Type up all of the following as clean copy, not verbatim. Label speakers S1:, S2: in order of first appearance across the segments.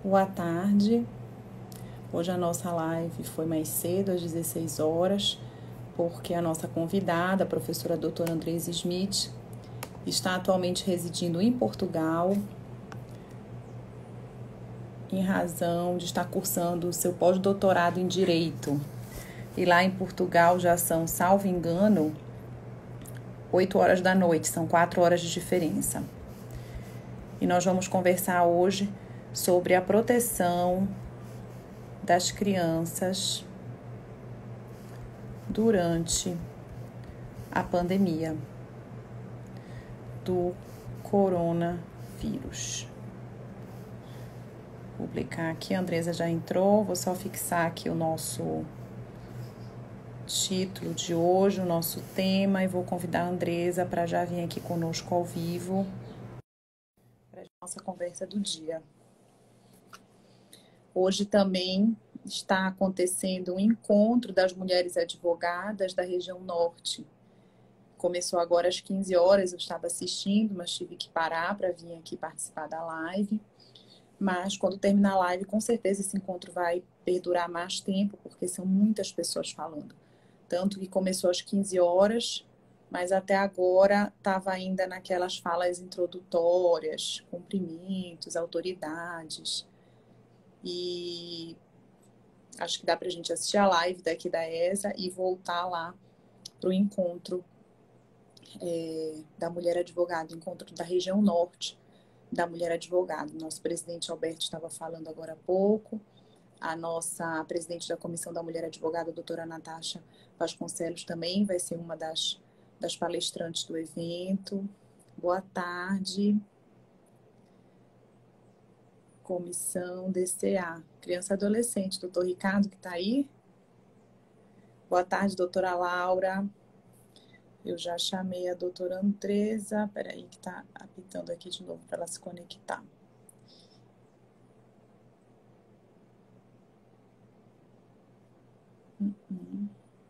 S1: Boa tarde. Hoje a nossa live foi mais cedo, às 16 horas, porque a nossa convidada, a professora doutora Andresa Smith, está atualmente residindo em Portugal, em razão de estar cursando o seu pós-doutorado em Direito. E lá em Portugal já são, salvo engano, 8 horas da noite, são 4 horas de diferença. E nós vamos conversar hoje sobre a proteção das crianças durante a pandemia do coronavírus. Vou publicar aqui, a Andresa já entrou, vou só fixar aqui o nosso título de hoje, o nosso tema, e vou convidar a Andresa para já vir aqui conosco ao vivo para a nossa conversa do dia. Hoje também está acontecendo um encontro das mulheres advogadas da região norte. Começou agora às 15 horas, eu estava assistindo, mas tive que parar para vir aqui participar da live. Mas quando terminar a live, com certeza esse encontro vai perdurar mais tempo, porque são muitas pessoas falando. Tanto que começou às 15 horas, mas até agora estava ainda naquelas falas introdutórias, cumprimentos, autoridades. E acho que dá para a gente assistir a live daqui da ESA e voltar lá para o encontro da mulher advogada, encontro da região norte da mulher advogada. Nosso presidente Alberto estava falando agora há pouco, a nossa presidente da Comissão da Mulher Advogada, a doutora Natasha Vasconcelos, também vai ser uma das palestrantes do evento. Boa tarde. Comissão DCA, criança e adolescente, doutor Ricardo, que está aí. Boa tarde, doutora Laura. Eu já chamei a doutora Andresa, peraí que está apitando aqui de novo para ela se conectar. O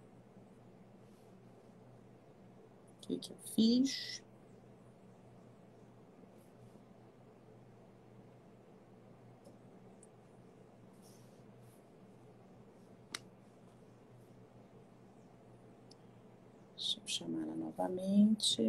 S1: que eu fiz? Deixa eu chamar ela novamente.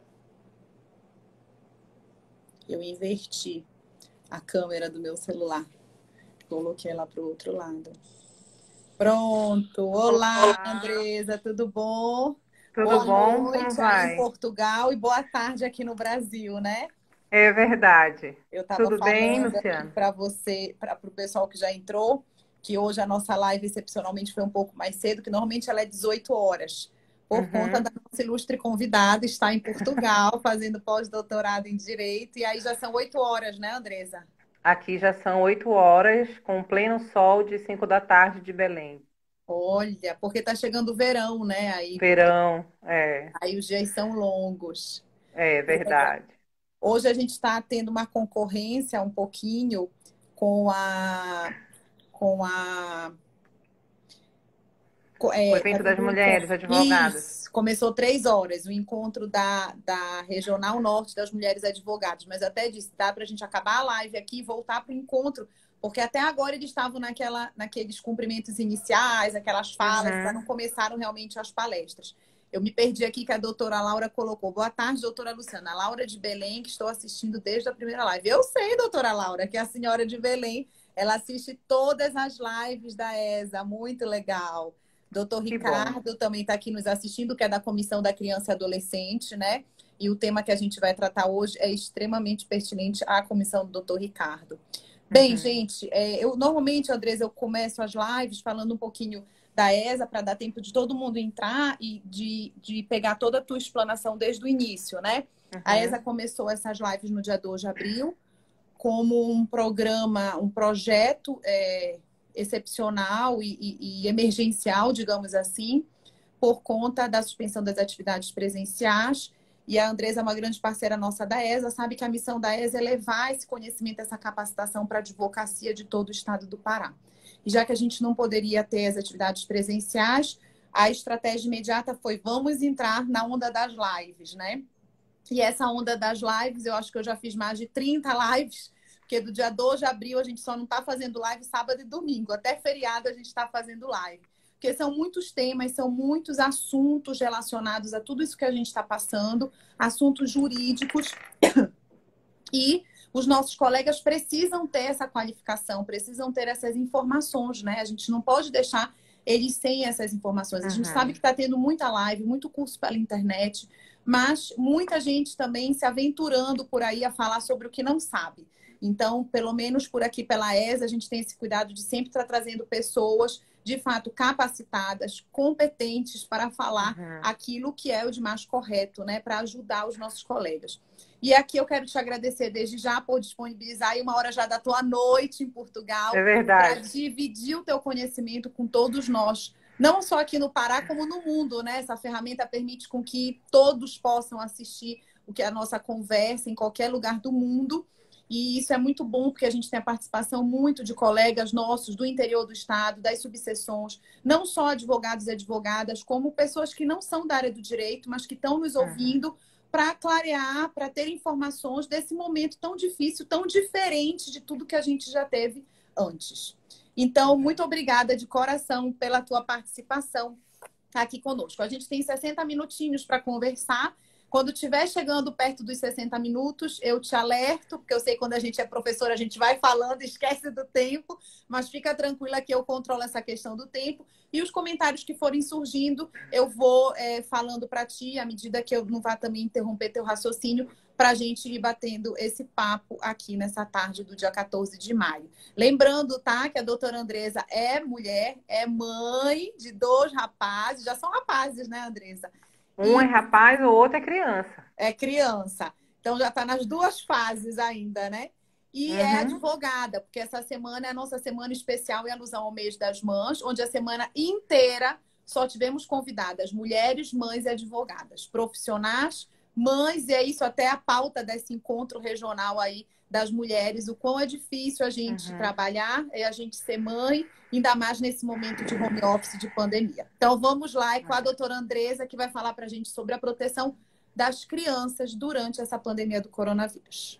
S1: Eu inverti a câmera do meu celular. Coloquei ela para o outro lado. Pronto. Olá, Andresa, tudo bom?
S2: Tudo
S1: Boa
S2: bom? Como
S1: noite aí em
S2: vai?
S1: Portugal e boa tarde aqui no Brasil, né?
S2: É verdade.
S1: Eu estava
S2: Tudo bem,
S1: falando aqui
S2: Luciano?
S1: para você, para o pessoal que já entrou, que hoje a nossa live excepcionalmente foi um pouco mais cedo, que normalmente ela é 18 horas, por conta
S2: Uhum.
S1: da nossa ilustre convidada estar em Portugal, fazendo pós-doutorado em Direito, e aí já são 8 horas, né, Andresa?
S2: Aqui já são 8 horas, com pleno sol de 5 da tarde de Belém.
S1: Olha, porque está chegando o verão, né?
S2: Verão,
S1: Aí os dias são longos.
S2: é verdade.
S1: Hoje a gente está tendo uma concorrência um pouquinho com com a
S2: O evento das
S1: fazendo um
S2: mulheres
S1: encontro.
S2: advogadas.
S1: Isso, começou 3 horas, o encontro da Regional Norte das Mulheres Advogadas. Mas até disse, dá para a gente acabar a live aqui e voltar para o encontro, porque até agora eles estavam naqueles cumprimentos iniciais, aquelas falas, ainda não
S2: Uhum.
S1: começaram realmente as palestras. Eu me perdi aqui que a doutora Laura colocou. Boa tarde, doutora Luciana. Laura de Belém, que estou assistindo desde a primeira live. Eu sei, doutora Laura, que a senhora de Belém, ela assiste todas as lives da ESA. Muito legal. Doutor
S2: Que bom.
S1: Ricardo também está aqui nos assistindo, que é da Comissão da Criança e Adolescente, né? E o tema que a gente vai tratar hoje é extremamente pertinente à comissão do doutor Ricardo. Bem,
S2: Uhum.
S1: gente, eu normalmente, Andresa, eu começo as lives falando um pouquinho da ESA para dar tempo de todo mundo entrar e de pegar toda a tua explanação desde o início, né? A ESA
S2: Uhum.
S1: começou essas lives no dia 2 de abril como um programa, um projeto excepcional e emergencial, digamos assim, por conta da suspensão das atividades presenciais. E a Andresa é uma grande parceira nossa da ESA, sabe que a missão da ESA é levar esse conhecimento, essa capacitação para a advocacia de todo o estado do Pará. E já que a gente não poderia ter as atividades presenciais, a estratégia imediata foi vamos entrar na onda das lives, né? E essa onda das lives, eu acho que eu já fiz mais de 30 lives porque do dia 2 de abril a gente só não está fazendo live sábado e domingo. Até feriado a gente está fazendo live. Porque são muitos temas, são muitos assuntos relacionados a tudo isso que a gente está passando, assuntos jurídicos. E os nossos colegas precisam ter essa qualificação, precisam ter essas informações, né? A gente não pode deixar eles sem essas informações. A gente sabe que está tendo muita live, muito curso pela internet, mas muita gente também se aventurando por aí a falar sobre o que não sabe. Então, pelo menos por aqui pela ESA, a gente tem esse cuidado de sempre estar trazendo pessoas de fato capacitadas, competentes para falar aquilo que é o de mais correto, né? Para ajudar os nossos colegas. E aqui eu quero te agradecer desde já por disponibilizar aí uma hora já da tua noite em Portugal.
S2: É verdade.
S1: Para dividir o teu conhecimento com todos nós. Não só aqui no Pará, como no mundo, né? Essa ferramenta permite com que todos possam assistir o que é a nossa conversa em qualquer lugar do mundo. E isso é muito bom, porque a gente tem a participação muito de colegas nossos do interior do estado, das subseções, não só advogados e advogadas, como pessoas que não são da área do direito, mas que estão nos ouvindo para clarear, para ter informações desse momento tão difícil, tão diferente de tudo que a gente já teve antes. Então, muito obrigada de coração pela tua participação aqui conosco. A gente tem 60 minutinhos para conversar. Quando estiver chegando perto dos 60 minutos, eu te alerto, porque eu sei que quando a gente é professora, a gente vai falando, esquece do tempo, mas fica tranquila que eu controlo essa questão do tempo. E os comentários que forem surgindo, eu vou falando para ti, à medida que eu não vá também interromper teu raciocínio, para a gente ir batendo esse papo aqui nessa tarde do dia 14 de maio. Lembrando, tá, que a doutora Andresa é mulher, é mãe de 2 rapazes, já são rapazes, né, Andresa?
S2: Um é rapaz, o outro é criança.
S1: É criança. Então já está nas 2 fases ainda, né? E é advogada, porque essa semana é a nossa semana especial em alusão ao mês das mães, onde a semana inteira só tivemos convidadas mulheres, mães e advogadas, profissionais, mães, e é isso até a pauta desse encontro regional aí das mulheres, o quão é difícil a gente trabalhar, é a gente ser mãe, ainda mais nesse momento de home office, de pandemia. Então vamos lá, é com a doutora Andresa, que vai falar para a gente sobre a proteção das crianças durante essa pandemia do coronavírus.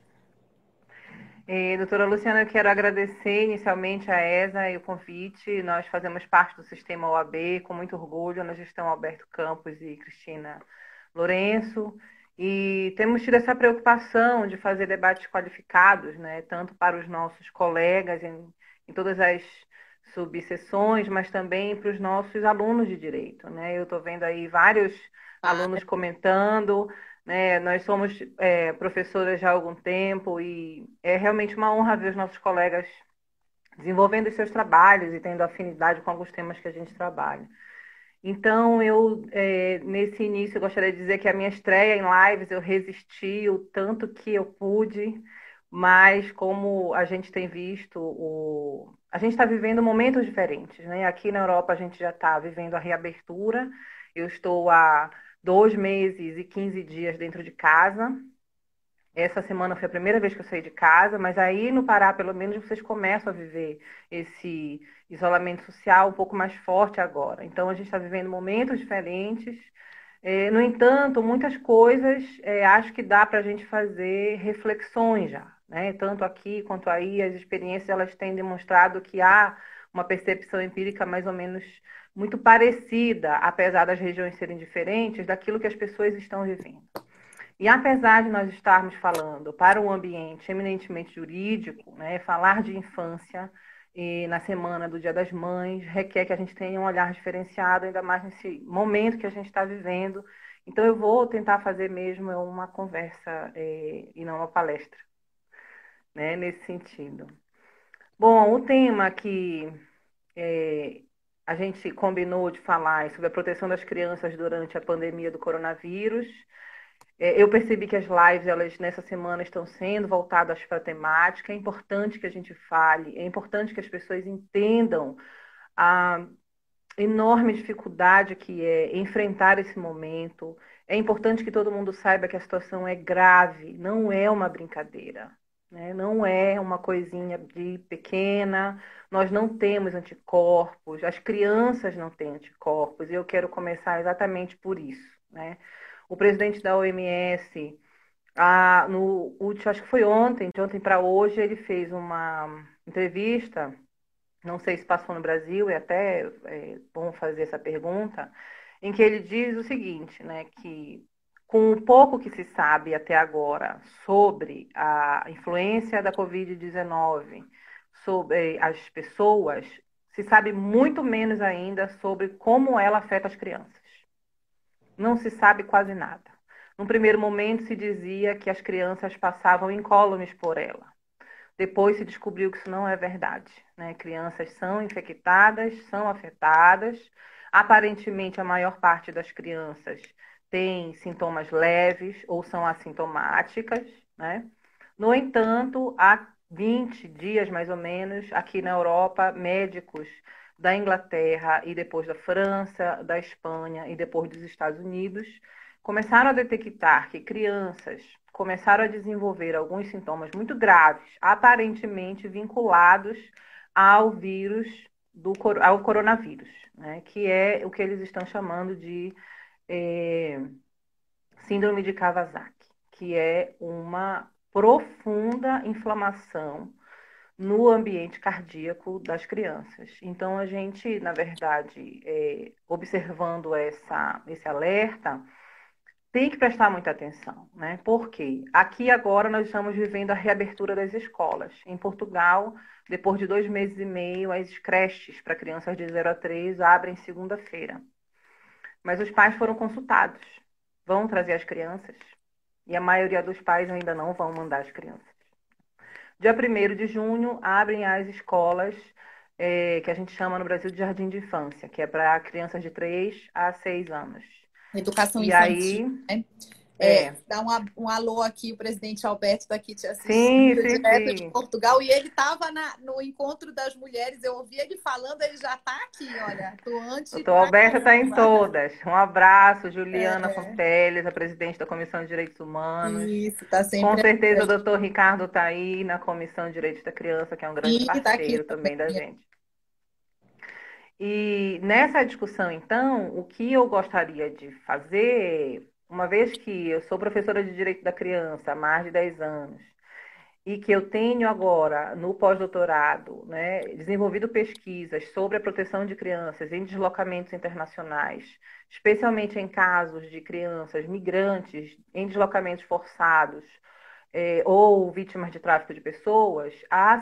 S2: Doutora Luciana, eu quero agradecer inicialmente a ESA e o convite. Nós fazemos parte do sistema OAB com muito orgulho, na gestão Alberto Campos e Cristina Lourenço, e temos tido essa preocupação de fazer debates qualificados, né, tanto para os nossos colegas em todas as subseções, mas também para os nossos alunos de direito, né? Eu estou vendo aí vários alunos comentando, né? Nós somos professoras já há algum tempo e é realmente uma honra ver os nossos colegas desenvolvendo os seus trabalhos e tendo afinidade com alguns temas que a gente trabalha. Então, nesse início, eu gostaria de dizer que a minha estreia em lives, eu resisti o tanto que eu pude, mas como a gente tem visto, a gente está vivendo momentos diferentes, né? Aqui na Europa, a gente já está vivendo a reabertura. Eu estou há 2 meses e 15 dias dentro de casa. Essa semana foi a primeira vez que eu saí de casa, mas aí no Pará, pelo menos, vocês começam a viver esse isolamento social um pouco mais forte agora. Então, a gente está vivendo momentos diferentes. No entanto, muitas coisas acho que dá para a gente fazer reflexões já, né? Tanto aqui quanto aí, as experiências elas têm demonstrado que há uma percepção empírica mais ou menos muito parecida, apesar das regiões serem diferentes, daquilo que as pessoas estão vivendo. E apesar de nós estarmos falando para um ambiente eminentemente jurídico, né, falar de infância na semana do Dia das Mães requer que a gente tenha um olhar diferenciado, ainda mais nesse momento que a gente está vivendo. Então, eu vou tentar fazer mesmo uma conversa e não uma palestra, né, nesse sentido. Bom, o tema que a gente combinou de falar é sobre a proteção das crianças durante a pandemia do coronavírus. Eu percebi que as lives, elas nessa semana estão sendo voltadas para a temática. É importante que a gente fale, é importante que as pessoas entendam a enorme dificuldade que é enfrentar esse momento. É importante que todo mundo saiba que a situação é grave, não é uma brincadeira, né? Não é uma coisinha de pequena. Nós não temos anticorpos, as crianças não têm anticorpos, e eu quero começar exatamente por isso, né? O presidente da OMS, No último, acho que foi ontem, de ontem para hoje, ele fez uma entrevista, não sei se passou no Brasil, e até bom fazer essa pergunta, em que ele diz o seguinte, né, que com o pouco que se sabe até agora sobre a influência da Covid-19 sobre as pessoas, se sabe muito menos ainda sobre como ela afeta as crianças. Não se sabe quase nada. No primeiro momento se dizia que as crianças passavam incólumes por ela. Depois se descobriu que isso não é verdade, né? Crianças são infectadas, são afetadas. Aparentemente, a maior parte das crianças tem sintomas leves ou são assintomáticas, né? No entanto, há 20 dias mais ou menos, aqui na Europa, médicos da Inglaterra e depois da França, da Espanha e depois dos Estados Unidos começaram a detectar que crianças começaram a desenvolver alguns sintomas muito graves, aparentemente vinculados ao vírus ao coronavírus, né? Que é o que eles estão chamando de síndrome de Kawasaki, que é uma profunda inflamação no ambiente cardíaco das crianças. Então, a gente, na verdade, observando esse alerta, tem que prestar muita atenção, né? Porque aqui agora nós estamos vivendo a reabertura das escolas. Em Portugal, depois de 2 meses e meio, as creches para crianças de 0 a 3 abrem segunda-feira. Mas os pais foram consultados. Vão trazer as crianças? E a maioria dos pais ainda não vão mandar as crianças. Dia 1º de junho, abrem as escolas que a gente chama no Brasil de jardim de infância, que é para crianças de 3 a 6 anos.
S1: Educação
S2: E
S1: infantil,
S2: aí,
S1: né?
S2: é,
S1: Dá um alô aqui, o presidente Alberto está aqui te
S2: sim,
S1: assistindo,
S2: sim,
S1: direto de
S2: sim.
S1: Portugal, e ele estava no encontro das mulheres, eu ouvi ele falando, ele já está aqui, olha, atuante
S2: Doutor
S1: pra
S2: Alberto está em
S1: caramba.
S2: todas. Um abraço, Juliana
S1: É,
S2: Fonteles, a presidente da Comissão de Direitos Humanos.
S1: isso, está
S2: Com
S1: sempre
S2: certeza o
S1: aqui.
S2: doutor Ricardo está aí na Comissão de Direitos da Criança, que é um grande
S1: E está aqui
S2: parceiro
S1: também.
S2: também da gente. E nessa discussão, então, o que eu gostaria de fazer, uma vez que eu sou professora de Direito da Criança há mais de 10 anos, e que eu tenho agora, no pós-doutorado, né, desenvolvido pesquisas sobre a proteção de crianças em deslocamentos internacionais, especialmente em casos de crianças migrantes em deslocamentos forçados, ou vítimas de tráfico de pessoas,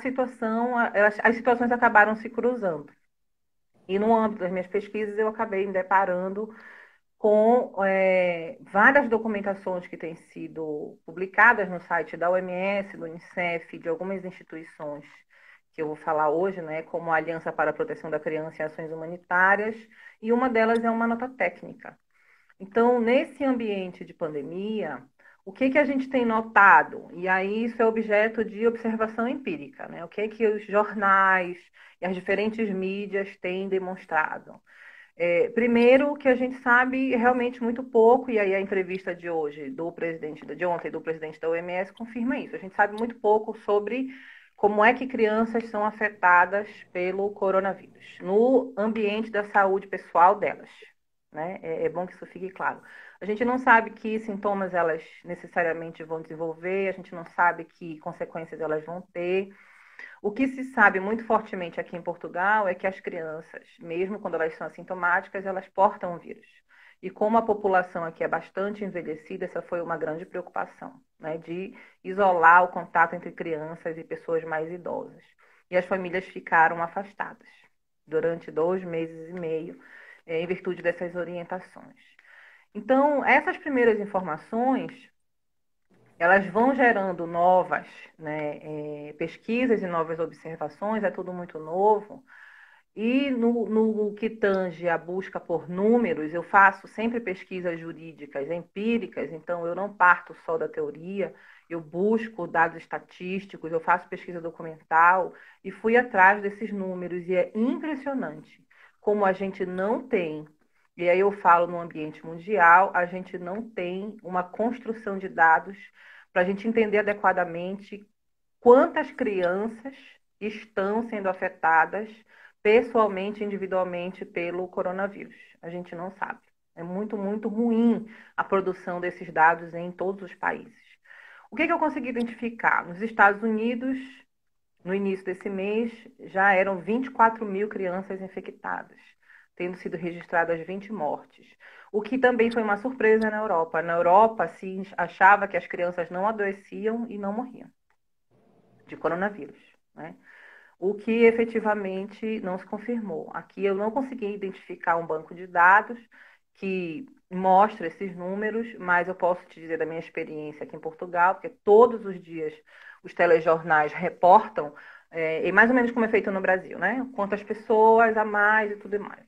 S2: as situações acabaram se cruzando. E no âmbito das minhas pesquisas, eu acabei me deparando com várias documentações que têm sido publicadas no site da OMS, do Unicef, de algumas instituições que eu vou falar hoje, né, como a Aliança para a Proteção da Criança e Ações Humanitárias, e uma delas é uma nota técnica. Então, nesse ambiente de pandemia, o que que a gente tem notado? E aí isso é objeto de observação empírica, né? O que que os jornais e as diferentes mídias têm demonstrado? Primeiro, que a gente sabe realmente muito pouco, e aí a entrevista de hoje de ontem do presidente da OMS confirma isso. A gente sabe muito pouco sobre como é que crianças são afetadas pelo coronavírus no ambiente da saúde pessoal delas, né? É bom que isso fique claro. A gente não sabe que sintomas elas necessariamente vão desenvolver, a gente não sabe que consequências elas vão ter. O que se sabe muito fortemente aqui em Portugal é que as crianças, mesmo quando elas são assintomáticas, elas portam o vírus. E como a população aqui é bastante envelhecida, essa foi uma grande preocupação, né, de isolar o contato entre crianças e pessoas mais idosas. E as famílias ficaram afastadas durante 2 meses e meio, em virtude dessas orientações. Então, essas primeiras informações elas vão gerando novas, né, pesquisas e novas observações, é tudo muito novo. E no que tange a busca por números, eu faço sempre pesquisas jurídicas empíricas, então eu não parto só da teoria, eu busco dados estatísticos, eu faço pesquisa documental e fui atrás desses números. E é impressionante como a gente não tem, e aí eu falo no ambiente mundial, a gente não tem uma construção de dados para a gente entender adequadamente quantas crianças estão sendo afetadas pessoalmente, individualmente pelo coronavírus. A gente não sabe. É muito, muito ruim a produção desses dados em todos os países. O que eu consegui identificar? Nos Estados Unidos, no início desse mês, já eram 24 mil crianças infectadas, tendo sido registradas 20 mortes. O que também foi uma surpresa na Europa. Na Europa, se achava que as crianças não adoeciam e não morriam de coronavírus, né? O que efetivamente não se confirmou. Aqui eu não consegui identificar um banco de dados que mostra esses números, mas eu posso te dizer da minha experiência aqui em Portugal, porque todos os dias os telejornais reportam, e mais ou menos como é feito no Brasil, né? Quantas pessoas a mais e tudo mais.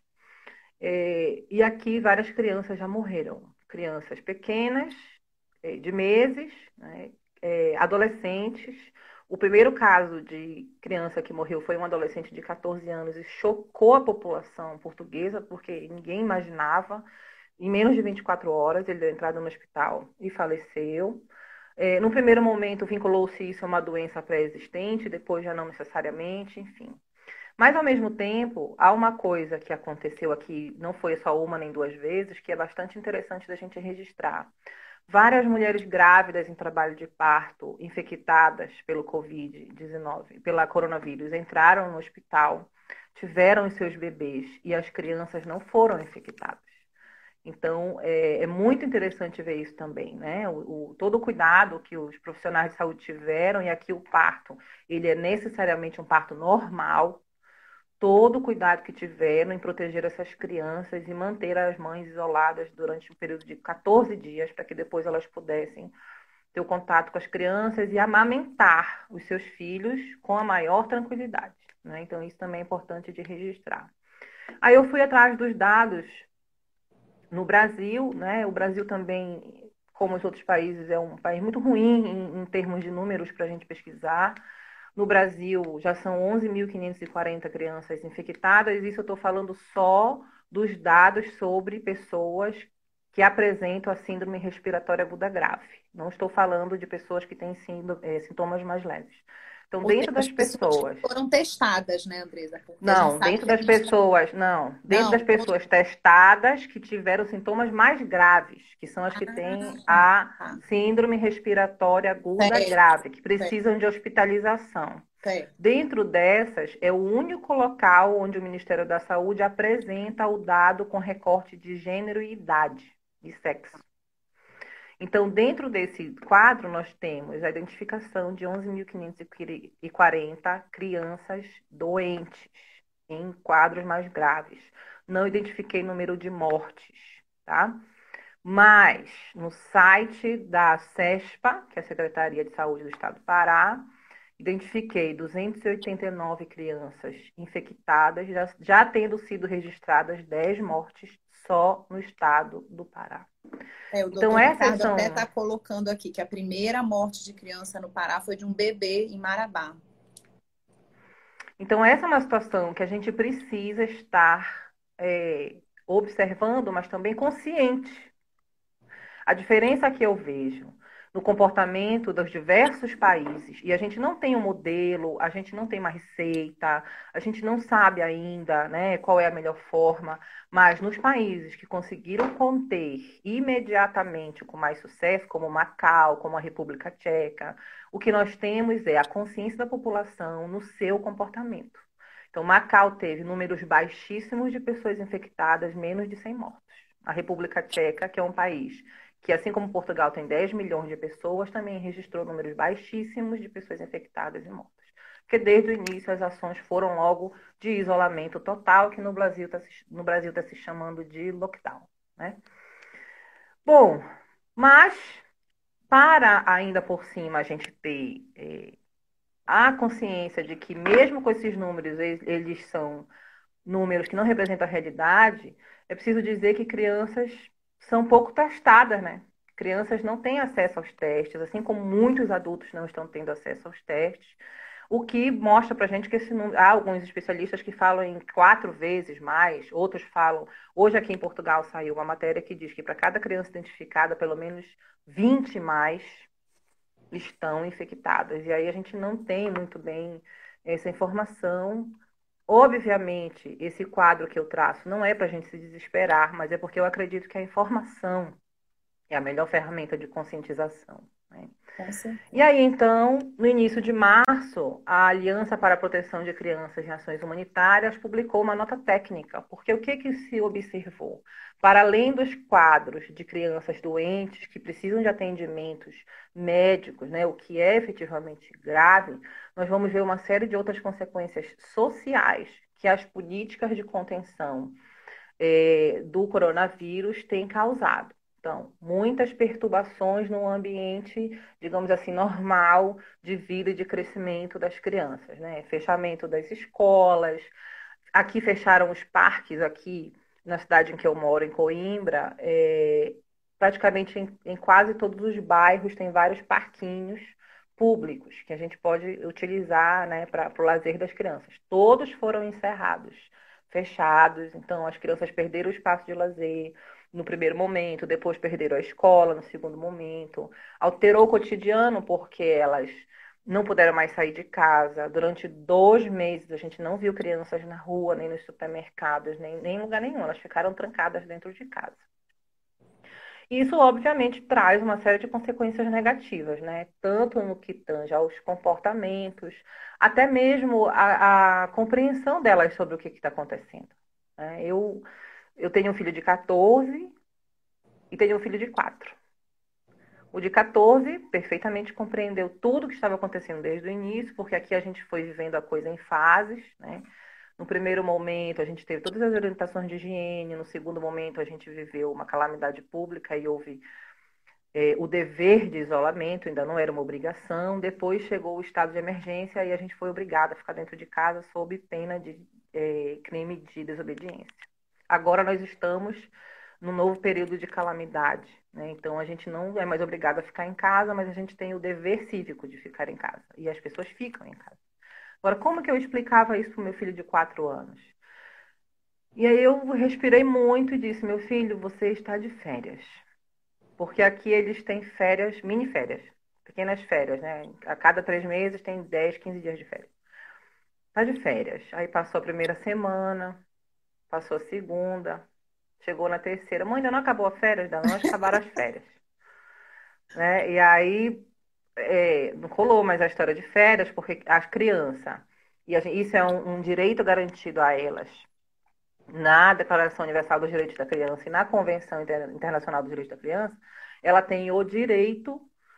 S2: E aqui várias crianças já morreram. Crianças pequenas, de meses, né? Adolescentes. O primeiro caso de criança que morreu foi um adolescente de 14 anos e chocou a população portuguesa, porque ninguém imaginava. Em menos de 24 horas, ele deu entrada no hospital e faleceu. No primeiro momento, vinculou-se isso a uma doença pré-existente, depois já não necessariamente, enfim. Mas, ao mesmo tempo, há uma coisa que aconteceu aqui, não foi só uma nem duas vezes, que é bastante interessante da gente registrar. Várias mulheres grávidas em trabalho de parto, infectadas pelo Covid-19, pela coronavírus, entraram no hospital, tiveram os seus bebês e as crianças não foram infectadas. Então, é muito interessante ver isso também, né? Todo o cuidado que os profissionais de saúde tiveram, e aqui o parto, ele é necessariamente um parto normal, todo o cuidado que tiveram em proteger essas crianças e manter as mães isoladas durante um período de 14 dias, para que depois elas pudessem ter o contato com as crianças e amamentar os seus filhos com a maior tranquilidade, né? Então, isso também é importante de registrar. Aí eu fui atrás dos dados no Brasil, né? O Brasil também, como os outros países, é um país muito ruim em termos de números para a gente pesquisar. No Brasil, já são 11.540 crianças infectadas, isso eu estou falando só dos dados sobre pessoas que apresentam a síndrome respiratória aguda grave. Não estou falando de pessoas que têm sintomas mais leves. Então,
S1: Ou seja,
S2: dentro
S1: as
S2: das
S1: pessoas que
S2: pessoas.
S1: foram testadas, né, Andresa? Porque a gente
S2: Não,
S1: sabe
S2: dentro
S1: que a
S2: das
S1: gente tem...
S2: pessoas, não. Dentro das
S1: Não,
S2: pessoas testadas que tiveram sintomas mais graves, que são as que têm a
S1: tá.
S2: síndrome respiratória aguda
S1: Certo,
S2: grave, que precisam de hospitalização.
S1: certo.
S2: Dentro dessas, é o único local onde o Ministério da Saúde apresenta o dado com recorte de gênero e idade e sexo. Então, dentro desse quadro, nós temos a identificação de 11.540 crianças doentes em quadros mais graves. Não identifiquei número de mortes, tá? Mas no site da SESPA, que é a Secretaria de Saúde do Estado do Pará, identifiquei 289 crianças infectadas, já tendo sido registradas 10 mortes só no estado do Pará.
S1: O
S2: Então,
S1: doutor
S2: essas
S1: Ricardo
S2: são.
S1: até está colocando aqui que a primeira morte de criança no Pará foi de um bebê em Marabá.
S2: Então, essa é uma situação que a gente precisa estar observando, mas também consciente. A diferença que eu vejo no comportamento dos diversos países, e a gente não tem um modelo, a gente não tem uma receita, a gente não sabe ainda, né, qual é a melhor forma, mas nos países que conseguiram conter imediatamente com mais sucesso, como Macau, como a República Tcheca, o que nós temos é a consciência da população no seu comportamento. Então, Macau teve números baixíssimos de pessoas infectadas, menos de 100 mortos. A República Tcheca, que é um país que, assim como Portugal tem 10 milhões de pessoas, também registrou números baixíssimos de pessoas infectadas e mortas. Porque desde o início as ações foram logo de isolamento total, que no Brasil está se chamando de lockdown, né? Bom, mas para ainda por cima a gente ter a consciência de que mesmo com esses números, eles são números que não representam a realidade, é preciso dizer que crianças são pouco testadas, né? Crianças não têm acesso aos testes, assim como muitos adultos não estão tendo acesso aos testes, o que mostra para a gente que esse número, há alguns especialistas que falam em 4 vezes mais, outros falam. Hoje aqui em Portugal saiu uma matéria que diz que para cada criança identificada, pelo menos 20 mais estão infectadas. E aí a gente não tem muito bem essa informação. Obviamente, esse quadro que eu traço não é para a gente se desesperar, mas é porque eu acredito que a informação é a melhor ferramenta de conscientização, né?
S1: Com
S2: E
S1: certeza.
S2: aí, então, no início de março, a Aliança para a Proteção de Crianças em Ações Humanitárias publicou uma nota técnica, porque o que que se observou? Para além dos quadros de crianças doentes que precisam de atendimentos médicos, né, o que é efetivamente grave, nós vamos ver uma série de outras consequências sociais que as políticas de contenção do coronavírus têm causado. Então, muitas perturbações no ambiente, digamos assim, normal de vida e de crescimento das crianças, né? Fechamento das escolas. Aqui fecharam os parques, aqui na cidade em que eu moro, em Coimbra, praticamente em quase todos os bairros tem vários parquinhos públicos que a gente pode utilizar, né, para o lazer das crianças. Todos foram encerrados, fechados, então as crianças perderam o espaço de lazer no primeiro momento, depois perderam a escola no segundo momento, alterou o cotidiano porque elas não puderam mais sair de casa. Durante 2 meses a gente não viu crianças na rua, nem nos supermercados, nem em lugar nenhum. Elas ficaram trancadas dentro de casa. E isso, obviamente, traz uma série de consequências negativas, né? Tanto no que tange aos comportamentos, até mesmo a compreensão delas sobre o que está acontecendo, né? Eu tenho um filho de 14 e tenho um filho de 4. O de 14 perfeitamente compreendeu tudo o que estava acontecendo desde o início, porque aqui a gente foi vivendo a coisa em fases, né? No primeiro momento, a gente teve todas as orientações de higiene, no segundo momento, a gente viveu uma calamidade pública e houve o dever de isolamento, ainda não era uma obrigação. Depois chegou o estado de emergência e a gente foi obrigado a ficar dentro de casa sob pena de crime de desobediência. Agora nós estamos no novo período de calamidade, né? Então a gente não é mais obrigado a ficar em casa, mas a gente tem o dever cívico de ficar em casa. E as pessoas ficam em casa. Agora, como que eu explicava isso para o meu filho de 4 anos? E aí eu respirei muito e disse, meu filho, você está de férias. Porque aqui eles têm férias, mini férias, pequenas férias, né? A cada 3 meses tem 10, 15 dias de férias. Tá de férias. Aí passou a primeira semana, passou a segunda, chegou na terceira. Mãe, ainda não acabou a férias? Ainda não acabaram as férias. Né? E aí não rolou mais a história de férias, porque as crianças, isso é um direito garantido a elas na Declaração Universal dos Direitos da Criança e na Convenção Internacional dos Direitos da Criança, ela tem o direito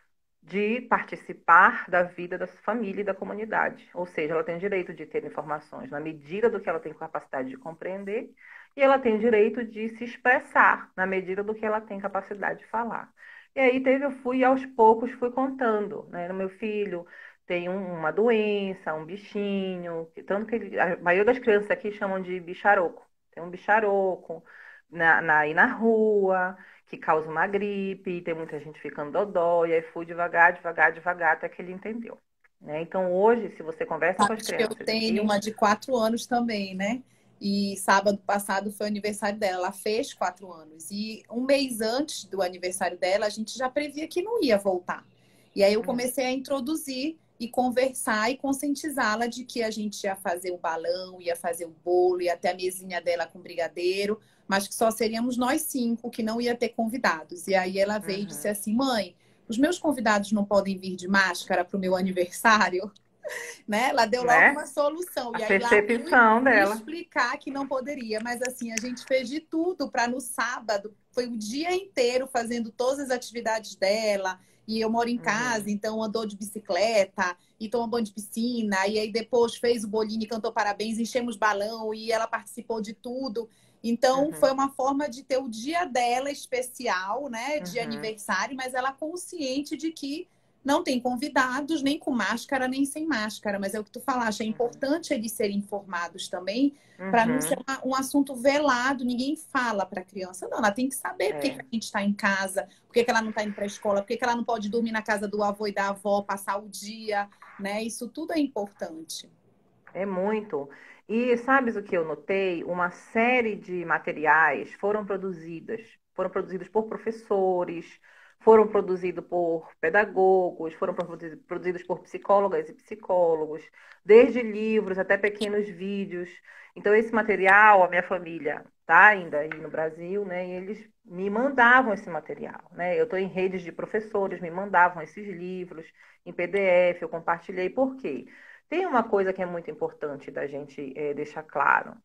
S2: de participar da vida da família e da comunidade. Ou seja, ela tem o direito de ter informações na medida do que ela tem capacidade de compreender e ela tem o direito de se expressar na medida do que ela tem capacidade de falar. E aí eu fui aos poucos fui contando, né? No meu filho tem uma doença, um bichinho, tanto que a maioria das crianças aqui chamam de bicharoco. Tem um bicharoco aí na rua, que causa uma gripe, tem muita gente ficando dodó, e aí fui devagar, devagar, devagar, até que ele entendeu. Né? Então, hoje, se você conversa com as
S1: Acho que eu
S2: crianças
S1: tenho
S2: aqui,
S1: uma de 4 anos também, né? E sábado passado foi o aniversário dela. Ela fez 4 anos. E um mês antes do aniversário dela, a gente já previa que não ia voltar. E aí eu comecei a introduzir e conversar e conscientizá-la de que a gente ia fazer o balão, ia fazer o bolo, ia ter a mesinha dela com brigadeiro, mas que só seríamos nós 5, que não ia ter convidados. E aí ela veio e disse
S2: uhum,
S1: assim: mãe, os meus convidados não podem vir de máscara para o meu aniversário? Né? Ela deu logo
S2: né?
S1: uma solução.
S2: A
S1: E aí lá
S2: percepção
S1: fui
S2: dela.
S1: explicar que não poderia. Mas assim, a gente fez de tudo para no sábado, foi o dia inteiro fazendo todas as atividades dela. E eu moro em casa,
S2: Uhum,
S1: então andou de bicicleta e tomou banho de piscina. E aí depois fez o bolinho e cantou parabéns, enchemos balão e ela participou de tudo. Então foi
S2: uhum,
S1: uma forma de ter o dia dela especial, né, de
S2: uhum,
S1: aniversário, mas ela consciente de que não tem convidados, nem com máscara, nem sem máscara, mas é o que tu falaste, é
S2: uhum,
S1: importante eles serem informados também, para não ser
S2: uhum.
S1: um assunto velado, ninguém fala para a criança, não, ela tem que saber por que
S2: É,
S1: a gente está em casa, por que ela não está indo para a escola, por que ela não pode dormir na casa do avô e da avó, passar o dia, né? Isso tudo é importante.
S2: é muito. E sabes o que eu notei? Uma série de materiais foram produzidos por professores, foram produzidos por pedagogos, foram produzidos por psicólogas e psicólogos, desde livros até pequenos vídeos. Então, esse material, a minha família está ainda aí no Brasil, né? E eles me mandavam esse material, né? Eu estou em redes de professores, me mandavam esses livros em PDF, eu compartilhei. Por quê? Tem uma coisa que é muito importante da gente deixar claro.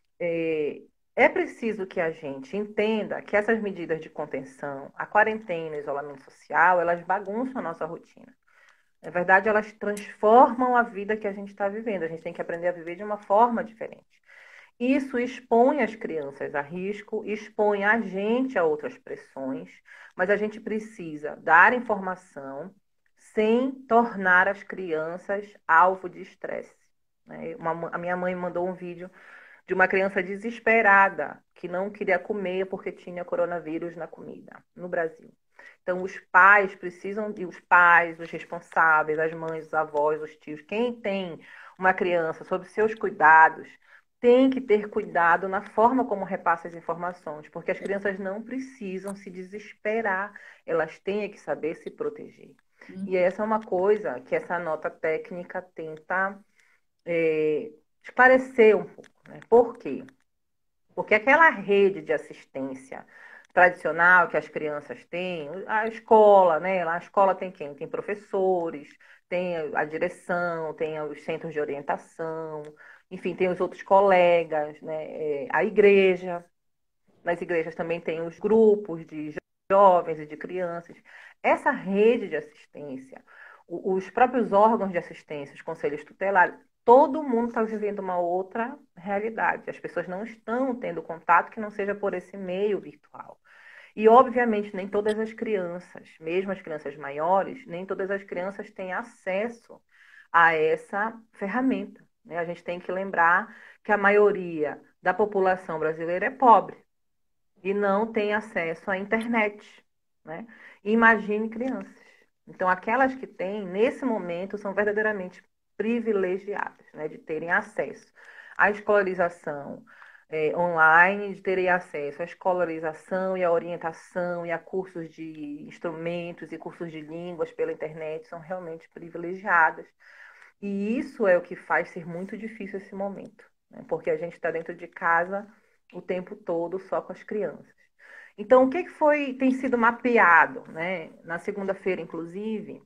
S2: É preciso que a gente entenda que essas medidas de contenção, a quarentena, o isolamento social, elas bagunçam a nossa rotina. Na verdade, elas transformam a vida que a gente está vivendo. A gente tem que aprender a viver de uma forma diferente. Isso expõe as crianças a risco, expõe a gente a outras pressões, mas a gente precisa dar informação sem tornar as crianças alvo de estresse. Né? A minha mãe mandou um vídeo de uma criança desesperada que não queria comer porque tinha coronavírus na comida no Brasil. Então, os pais precisam, e os pais, os responsáveis, as mães, os avós, os tios, quem tem uma criança sob seus cuidados, tem que ter cuidado na forma como repassa as informações, porque as crianças não precisam se desesperar, elas têm que saber se proteger. E essa é uma coisa que essa nota técnica tenta esclarecer um pouco. Né? Por quê? Porque aquela rede de assistência tradicional que as crianças têm, a escola, né? A escola tem quem? Tem professores, tem a direção, tem os centros de orientação, enfim, tem os outros colegas, né? A igreja. Nas igrejas também tem os grupos de jovens e de crianças. Essa rede de assistência, os próprios órgãos de assistência, os conselhos tutelares, todo mundo está vivendo uma outra realidade. As pessoas não estão tendo contato que não seja por esse meio virtual. E, obviamente, nem todas as crianças, mesmo as crianças maiores, nem todas as crianças têm acesso a essa ferramenta. Né? A gente tem que lembrar que a maioria da população brasileira é pobre e não tem acesso à internet. Né? Imagine crianças. Então, aquelas que têm, nesse momento, são verdadeiramente privilegiadas, né, de terem acesso à escolarização online, de terem acesso à escolarização e à orientação e a cursos de instrumentos e cursos de línguas pela internet, são realmente privilegiadas. E isso é o que faz ser muito difícil esse momento, né, porque a gente está dentro de casa o tempo todo só com as crianças. Então, o que tem sido mapeado, né? Na segunda-feira, inclusive,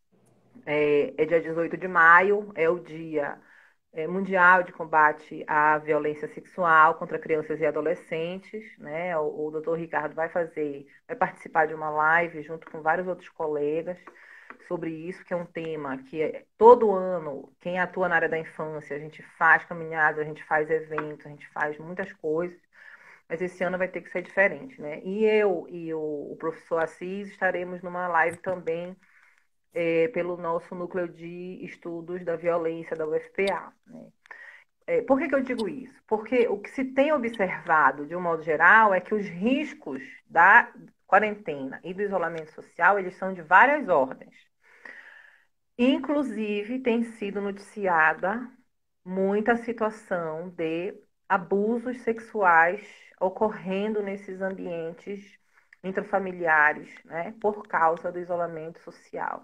S2: dia 18 de maio, é o Dia Mundial de Combate à Violência Sexual contra Crianças e Adolescentes, né? O doutor Ricardo vai participar de uma live junto com vários outros colegas sobre isso, que é um tema que todo ano, quem atua na área da infância, a gente faz caminhadas, a gente faz eventos, a gente faz muitas coisas, mas esse ano vai ter que ser diferente, né? E eu e o professor Assis estaremos numa live também pelo nosso núcleo de estudos da violência da UFPA. Né? Por que eu digo isso? Porque o que se tem observado, de um modo geral, é que os riscos da quarentena e do isolamento social, eles são de várias ordens. Inclusive, tem sido noticiada muita situação de abusos sexuais ocorrendo nesses ambientes intrafamiliares, né, por causa do isolamento social.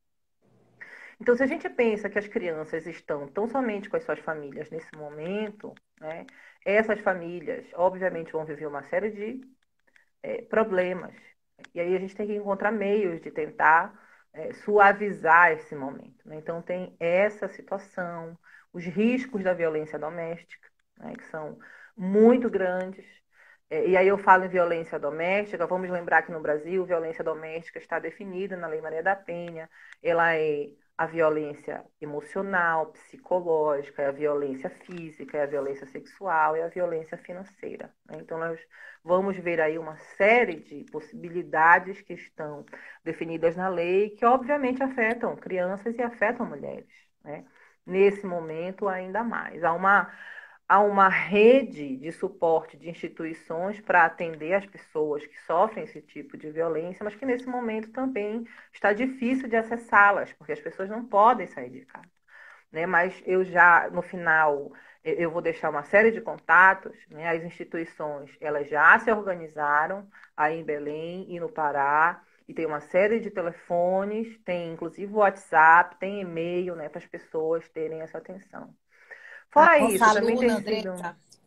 S2: Então, se a gente pensa que as crianças estão tão somente com as suas famílias nesse momento, né, essas famílias, obviamente, vão viver uma série de problemas. E aí a gente tem que encontrar meios de tentar suavizar esse momento. Né? Então, tem essa situação, os riscos da violência doméstica, né, que são muito grandes. E aí eu falo em violência doméstica, vamos lembrar que no Brasil, violência doméstica está definida na Lei Maria da Penha, ela é a violência emocional, psicológica, é a violência física, é a violência sexual, é a violência financeira. Né? Então, nós vamos ver aí uma série de possibilidades que estão definidas na lei, que obviamente afetam crianças e afetam mulheres. Né? Nesse momento, ainda mais. Há uma rede de suporte de instituições para atender as pessoas que sofrem esse tipo de violência, mas que nesse momento também está difícil de acessá-las, porque as pessoas não podem sair de casa. Né? Mas eu já, no final, eu vou deixar uma série de contatos, né? As instituições, elas já se organizaram aí em Belém e no Pará, e tem uma série de telefones, tem inclusive o WhatsApp, tem e-mail, né, para as pessoas terem essa atenção.
S1: A
S2: Fora
S1: nossa
S2: isso, também
S1: aluna,
S2: tem sido...
S1: Andressa,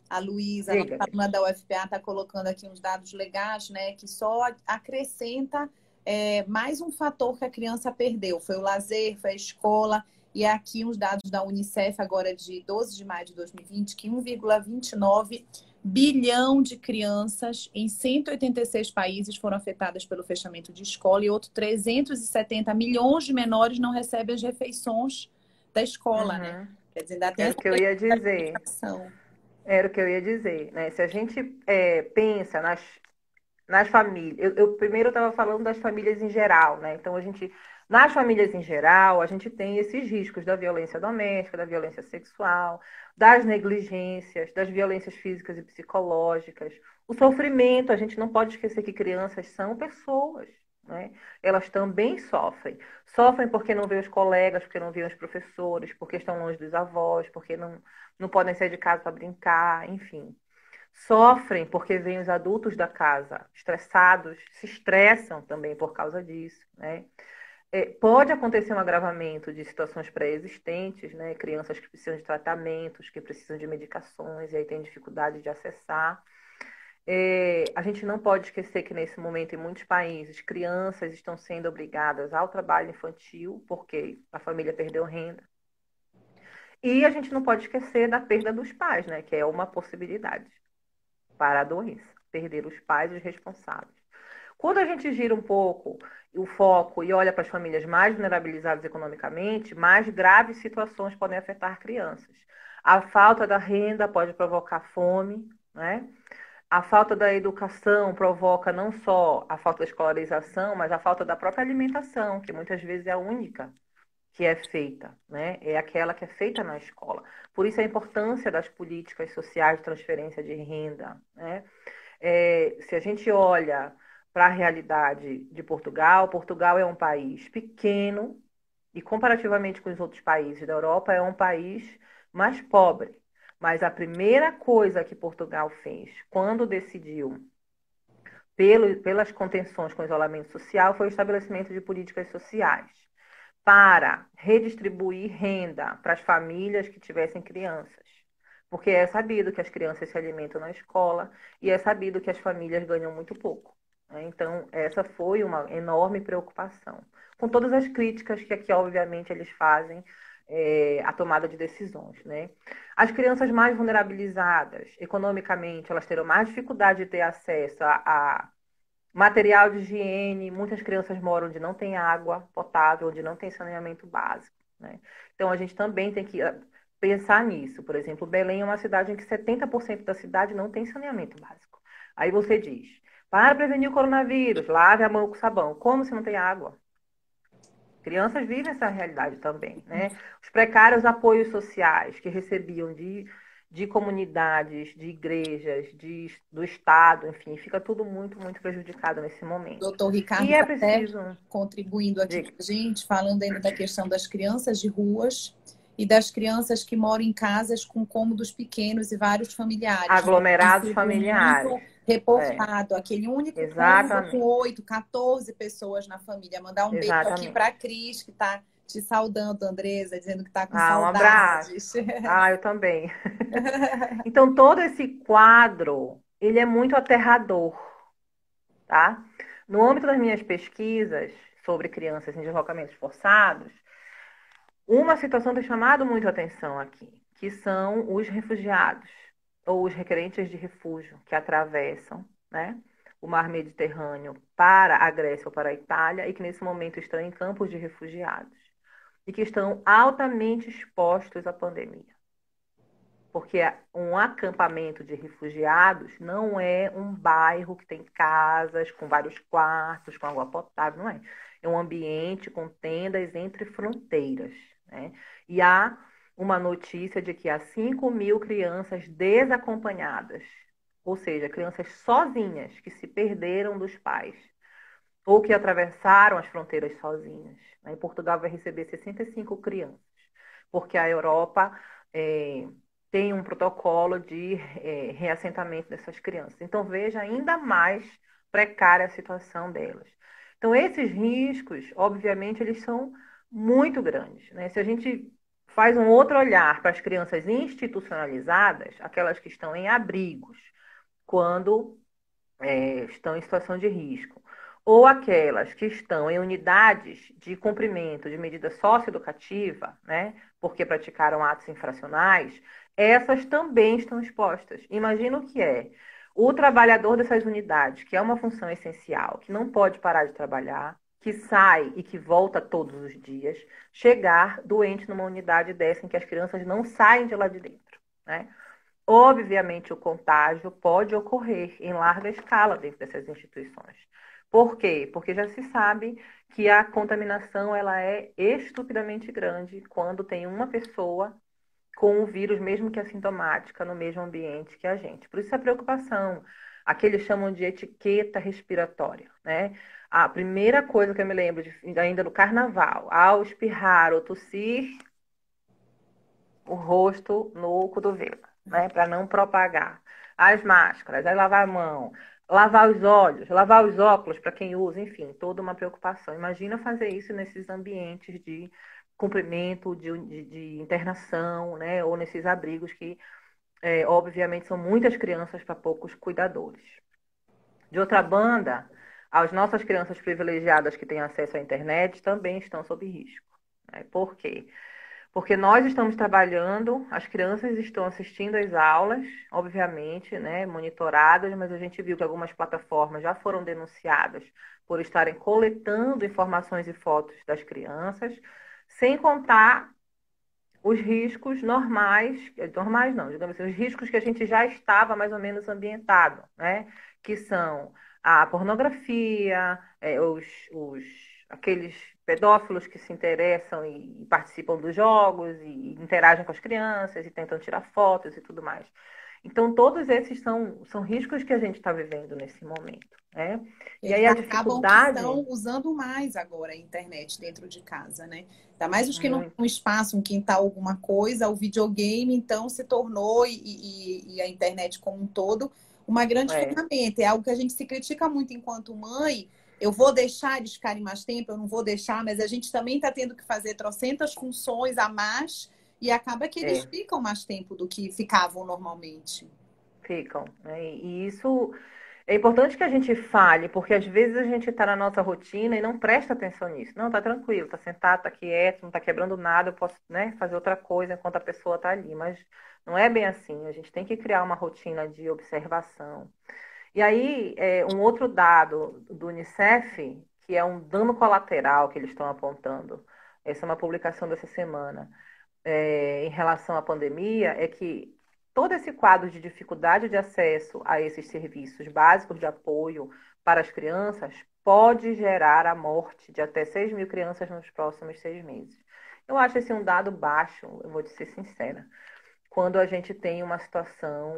S1: A Luísa, nossa
S2: Diga.
S1: aluna da UFPA, está colocando aqui uns dados legais, né? Que só acrescenta mais um fator que a criança perdeu. Foi o lazer, foi a escola. E aqui uns dados da Unicef, agora de 12 de maio de 2020, que 1,29 bilhão de crianças em 186 países foram afetadas pelo fechamento de escola e outros 370 milhões de menores não recebem as refeições da escola, né?
S2: Uhum.
S1: Quer dizer, ainda tem
S2: Era o
S1: essa
S2: que eu
S1: questão
S2: ia
S1: da
S2: dizer.
S1: alimentação.
S2: Era o que eu ia dizer, né? Se a gente pensa nas famílias, primeiro eu estava falando das famílias em geral, né? Então nas famílias em geral, a gente tem esses riscos da violência doméstica, da violência sexual, das negligências, das violências físicas e psicológicas, o sofrimento. A gente não pode esquecer que crianças são pessoas, né? Elas também sofrem. Sofrem porque não vê os colegas, porque não vê os professores, porque estão longe dos avós, porque não podem sair de casa para brincar, enfim. Sofrem porque veem os adultos da casa estressados, se estressam também por causa disso, né? Pode acontecer um agravamento de situações pré-existentes, né? Crianças que precisam de tratamentos, que precisam de medicações e aí tem dificuldade de acessar. A gente não pode esquecer que nesse momento, em muitos países, crianças estão sendo obrigadas ao trabalho infantil porque a família perdeu renda. E a gente não pode esquecer da perda dos pais, né? Que é uma possibilidade para a doença, perder os pais e os responsáveis. Quando a gente gira um pouco o foco e olha para as famílias mais vulnerabilizadas economicamente, mais graves situações podem afetar crianças. A falta da renda pode provocar fome, né? A falta da educação provoca não só a falta da escolarização, mas a falta da própria alimentação, que muitas vezes é a única que é feita, né? É aquela que é feita na escola. Por isso a importância das políticas sociais de transferência de renda, né? Se a gente olha para a realidade de Portugal, Portugal é um país pequeno e comparativamente com os outros países da Europa é um país mais pobre. Mas a primeira coisa que Portugal fez quando decidiu pelas contenções com o isolamento social foi o estabelecimento de políticas sociais para redistribuir renda para as famílias que tivessem crianças. Porque é sabido que as crianças se alimentam na escola e é sabido que as famílias ganham muito pouco, né? Então, essa foi uma enorme preocupação. Com todas as críticas que aqui, obviamente, eles fazem à tomada de decisões, né? As crianças mais vulnerabilizadas economicamente, elas terão mais dificuldade de ter acesso a material de higiene. Muitas crianças moram onde não tem água potável, onde não tem saneamento básico, né? Então, a gente também tem que pensar nisso. Por exemplo, Belém é uma cidade em que 70% da cidade não tem saneamento básico. Aí você diz, para prevenir o coronavírus, lave a mão com sabão. Como se não tem água? Crianças vivem essa realidade também, né? Os precários apoios sociais que recebiam de comunidades, de igrejas, do Estado, enfim, fica tudo muito, muito prejudicado nesse momento.
S1: Doutor Ricardo
S2: E é
S1: está até
S2: preciso.
S1: contribuindo aqui
S2: Diga.
S1: com a gente, falando ainda da questão das crianças de ruas e das crianças que moram em casas com cômodos pequenos e vários familiares, né? Tem
S2: Aglomerados
S1: sido
S2: familiares.
S1: muito reportado, aquele único cômodo com
S2: Exatamente.
S1: 8, 14 pessoas na família. Mandar um beijo aqui para a
S2: Exatamente.
S1: Cris, que está te saudando, Andresa, dizendo que está com
S2: Um abraço.
S1: saudades.
S2: Eu também. Então, todo esse quadro, ele é muito aterrador, tá? No âmbito das minhas pesquisas sobre crianças em deslocamentos forçados, uma situação tem chamado muito a atenção aqui, que são os refugiados ou os requerentes de refúgio que atravessam, né, o mar Mediterrâneo para a Grécia ou para a Itália e que nesse momento estão em campos de refugiados e que estão altamente expostos à pandemia. Porque um acampamento de refugiados não é um bairro que tem casas com vários quartos, com água potável, não é. É um ambiente com tendas entre fronteiras, né? E há uma notícia de que há 5.000 crianças desacompanhadas, ou seja, crianças sozinhas que se perderam dos pais ou que atravessaram as fronteiras sozinhas, né? E Portugal vai receber 65 crianças, porque a Europa tem um protocolo de reassentamento dessas crianças. Então, veja ainda mais precária a situação delas. Então, esses riscos, obviamente, eles são muito grandes, né? Se a gente faz um outro olhar para as crianças institucionalizadas, aquelas que estão em abrigos, quando estão em situação de risco, ou aquelas que estão em unidades de cumprimento de medida socioeducativa, né, porque praticaram atos infracionais, essas também estão expostas. Imagina o que é o trabalhador dessas unidades, que é uma função essencial, que não pode parar de trabalhar, que sai e que volta todos os dias, chegar doente numa unidade dessa em que as crianças não saem de lá de dentro, né? Obviamente, o contágio pode ocorrer em larga escala dentro dessas instituições. Por quê? Porque já se sabe que a contaminação ela é estupidamente grande quando tem uma pessoa com o vírus, mesmo que assintomática, no mesmo ambiente que a gente. Por isso a preocupação, aqui eles chamam de etiqueta respiratória, né? A primeira coisa que eu me lembro ainda do carnaval, ao espirrar ou tossir, o rosto no cotovelo, né? Para não propagar. As máscaras, aí lavar a mão, lavar os olhos, lavar os óculos para quem usa, enfim, toda uma preocupação. Imagina fazer isso nesses ambientes de cumprimento, de internação, né? Ou nesses abrigos que, obviamente, são muitas crianças para poucos cuidadores. De outra banda, as nossas crianças privilegiadas que têm acesso à internet também estão sob risco, né? Por quê? Porque nós estamos trabalhando, as crianças estão assistindo às aulas, obviamente, né, monitoradas, mas a gente viu que algumas plataformas já foram denunciadas por estarem coletando informações e fotos das crianças, sem contar os riscos normais não, digamos assim, os riscos que a gente já estava mais ou menos ambientado, né, que são a pornografia, aqueles pedófilos que se interessam e participam dos jogos e interagem com as crianças e tentam tirar fotos e tudo mais. Então, todos esses são riscos que a gente está vivendo nesse momento, né? E
S1: Eles
S2: aí a
S1: acabam que
S2: dificuldade...
S1: estão usando mais agora a internet dentro de casa, né? Ainda mais os que não têm
S2: Muito,
S1: um espaço, um quintal, alguma coisa, o videogame, então, se tornou, e a internet como um todo, uma grande
S2: é,
S1: ferramenta. É algo que a gente se critica muito enquanto mãe. Eu vou deixar eles ficarem mais tempo, eu não vou deixar, mas a gente também está tendo que fazer trocentas funções a mais e acaba que eles
S2: é.
S1: ficam mais tempo do que ficavam normalmente.
S2: Ficam, né? E isso é importante que a gente fale, porque às vezes a gente está na nossa rotina e não presta atenção nisso. Não, tá tranquilo, tá sentado, tá quieto, não tá quebrando nada, eu posso, né, fazer outra coisa enquanto a pessoa tá ali. Mas não é bem assim. A gente tem que criar uma rotina de observação. E aí, um outro dado do Unicef, que é um dano colateral que eles estão apontando, essa é uma publicação dessa semana em relação à pandemia é que todo esse quadro de dificuldade de acesso a esses serviços básicos de apoio para as crianças pode gerar a morte de até 6 mil crianças nos próximos 6 meses. Eu acho esse um dado baixo, eu vou te ser sincera, quando a gente tem uma situação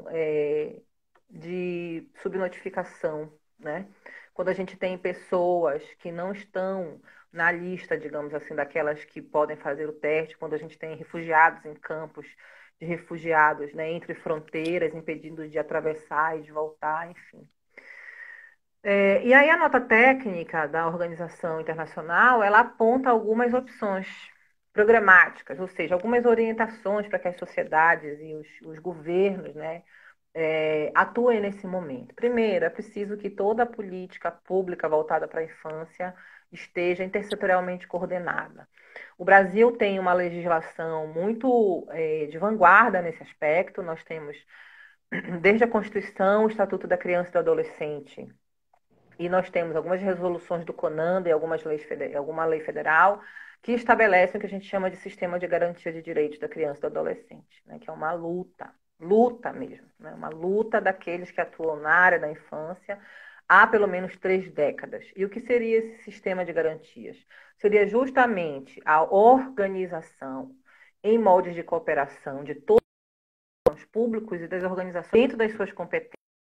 S2: de subnotificação, né? Quando a gente tem pessoas que não estão na lista, digamos assim, daquelas que podem fazer o teste, quando a gente tem refugiados em campos de refugiados, né, entre fronteiras, impedindo de atravessar e de voltar, enfim. E aí a nota técnica da organização internacional, ela aponta algumas opções programáticas, ou seja, algumas orientações para que as sociedades e os governos, né, atuem nesse momento. Primeiro, é preciso que toda a política pública voltada para a infância esteja intersetorialmente coordenada. O Brasil tem uma legislação muito de vanguarda nesse aspecto. Nós temos, desde a Constituição, o Estatuto da Criança e do Adolescente, e nós temos algumas resoluções do CONANDA e alguma lei federal que estabelecem o que a gente chama de sistema de garantia de direitos da criança e do adolescente, né, que é uma luta mesmo, né, uma luta daqueles que atuam na área da infância há pelo menos 3 décadas. E o que seria esse sistema de garantias? Seria justamente a organização em moldes de cooperação de todos os públicos e das organizações dentro das suas competências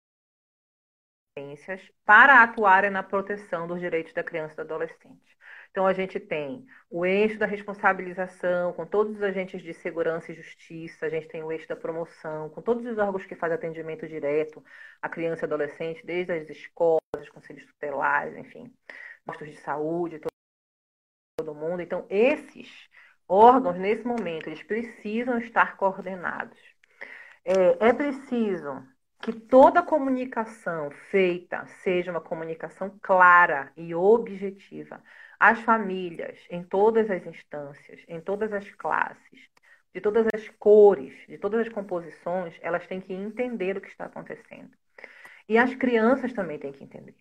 S2: para atuarem na proteção dos direitos da criança e do adolescente. Então, a gente tem o eixo da responsabilização, com todos os agentes de segurança e justiça, a gente tem o eixo da promoção, com todos os órgãos que fazem atendimento direto à criança e adolescente, desde as escolas, os conselhos tutelares, enfim, postos de saúde, todo mundo. Então, esses órgãos, nesse momento, eles precisam estar coordenados. É preciso que toda comunicação feita seja uma comunicação clara e objetiva. As famílias, em todas as instâncias, em todas as classes, de todas as cores, de todas as composições, elas têm que entender o que está acontecendo. E as crianças também têm que entender.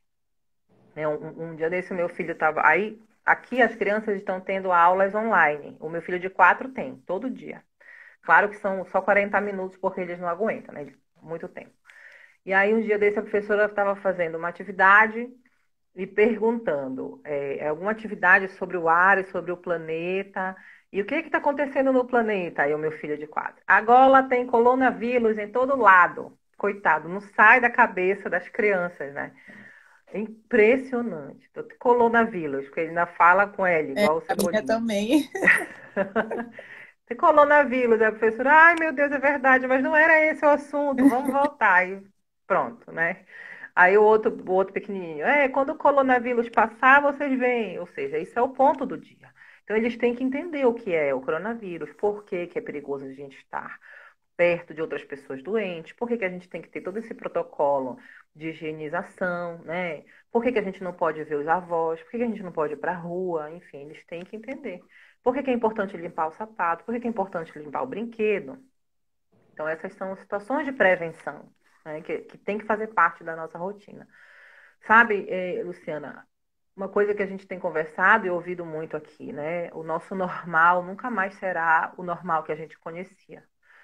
S2: Um dia desse, o meu filho estava aí. Aqui as crianças estão tendo aulas online. O meu filho de 4 tem, todo dia. Claro que são só 40 minutos, porque eles não aguentam, né? Muito tempo. E aí, um dia desse, a professora estava fazendo uma atividade e perguntando alguma atividade sobre o ar e sobre o planeta. E o que está acontecendo no planeta? Aí o meu filho de 4. Agora tem coronavírus em todo lado. Coitado, não sai da cabeça das crianças, né? É impressionante. Coronavírus, porque ele ainda fala com ele, igual o
S1: A minha
S2: Cebolinha.
S1: também.
S2: Tem coronavírus, a professora, ai meu Deus, é verdade, mas não era esse o assunto, vamos voltar. E pronto, né? Aí o outro pequenininho, quando o coronavírus passar, vocês veem. Ou seja, isso é o ponto do dia. Então, eles têm que entender o que é o coronavírus, por que é perigoso a gente estar perto de outras pessoas doentes, por que a gente tem que ter todo esse protocolo de higienização, né? Por que a gente não pode ver os avós, por que a gente não pode ir para a rua, enfim, eles têm que entender. Por que é importante limpar o sapato, por que é importante limpar o brinquedo. Então, essas são situações de prevenção, né, que tem que fazer parte da nossa rotina. Sabe, Luciana, uma coisa que a gente tem conversado e ouvido muito aqui, né? O nosso normal nunca mais será o normal que a gente conhecia.